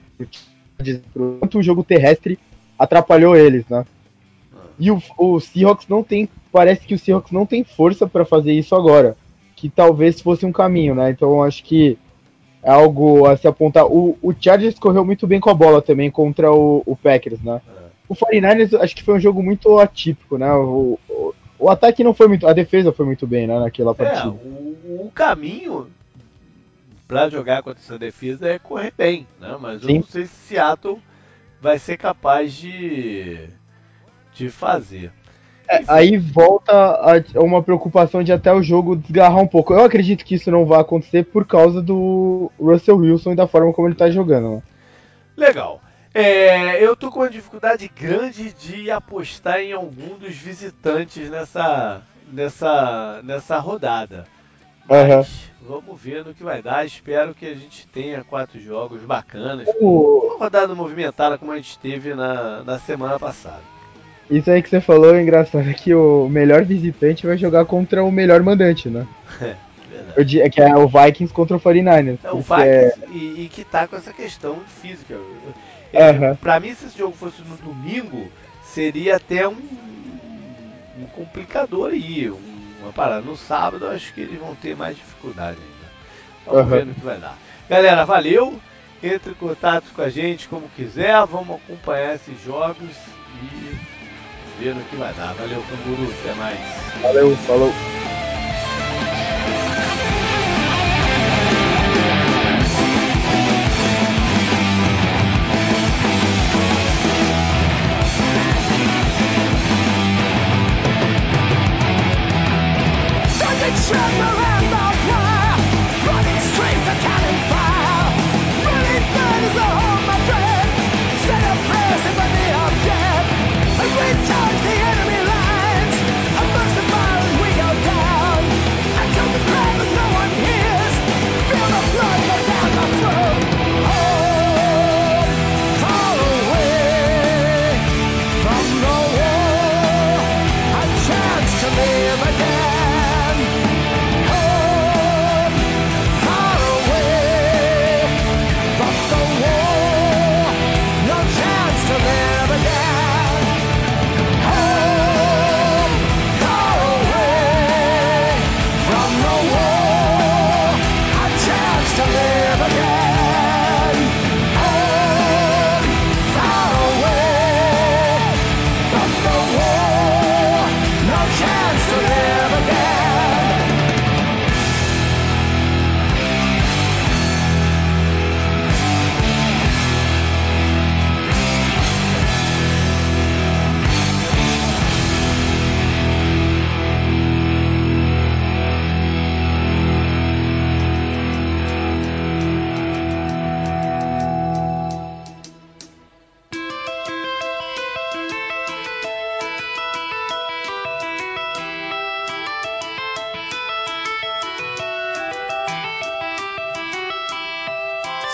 Quanto o jogo terrestre atrapalhou eles, né? E o Seahawks não tem... Parece que o Seahawks não tem força para fazer isso agora. Que talvez fosse um caminho, né? Então acho que é algo a se apontar. O Chargers correu muito bem com a bola também contra o Packers, né? O 49ers acho que foi um jogo muito atípico, né? O ataque não foi muito... A defesa foi muito bem, né? Naquela partida. O caminho para jogar contra essa defesa é correr bem, né? Mas eu não sei se Seattle vai ser capaz de fazer. Aí volta a uma preocupação de até o jogo desgarrar um pouco. Eu acredito que isso não vai acontecer por causa do Russell Wilson e da forma como ele tá jogando, né? Legal. Eu tô com uma dificuldade grande de apostar em algum dos visitantes nessa rodada. Mas vamos ver no que vai dar. Espero que a gente tenha 4 jogos bacanas. Uma rodada movimentada como a gente teve na semana passada. Isso aí que você falou é engraçado, é que o melhor visitante vai jogar contra o melhor mandante, né? Verdade. Que é o Vikings contra o 49ers. O Vikings e que tá com essa questão física. Pra mim, se esse jogo fosse no domingo, seria até um complicador aí. Uma parada. No sábado, eu acho que eles vão ter mais dificuldade ainda. Vamos ver no que vai dar. Galera, valeu. Entre em contato com a gente como quiser. Vamos acompanhar esses jogos e ver no que vai dar. Valeu, Canguru. Até mais. Valeu, falou. Charge the enemy lines. Amongst the fire we go down.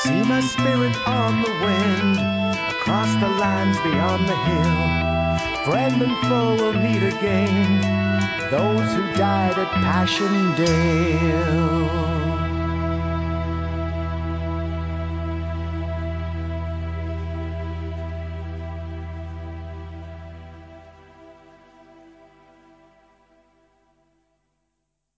See my spirit on the wind, across the lands beyond the hill. Friend and foe will meet again, those who died at Passchendaele.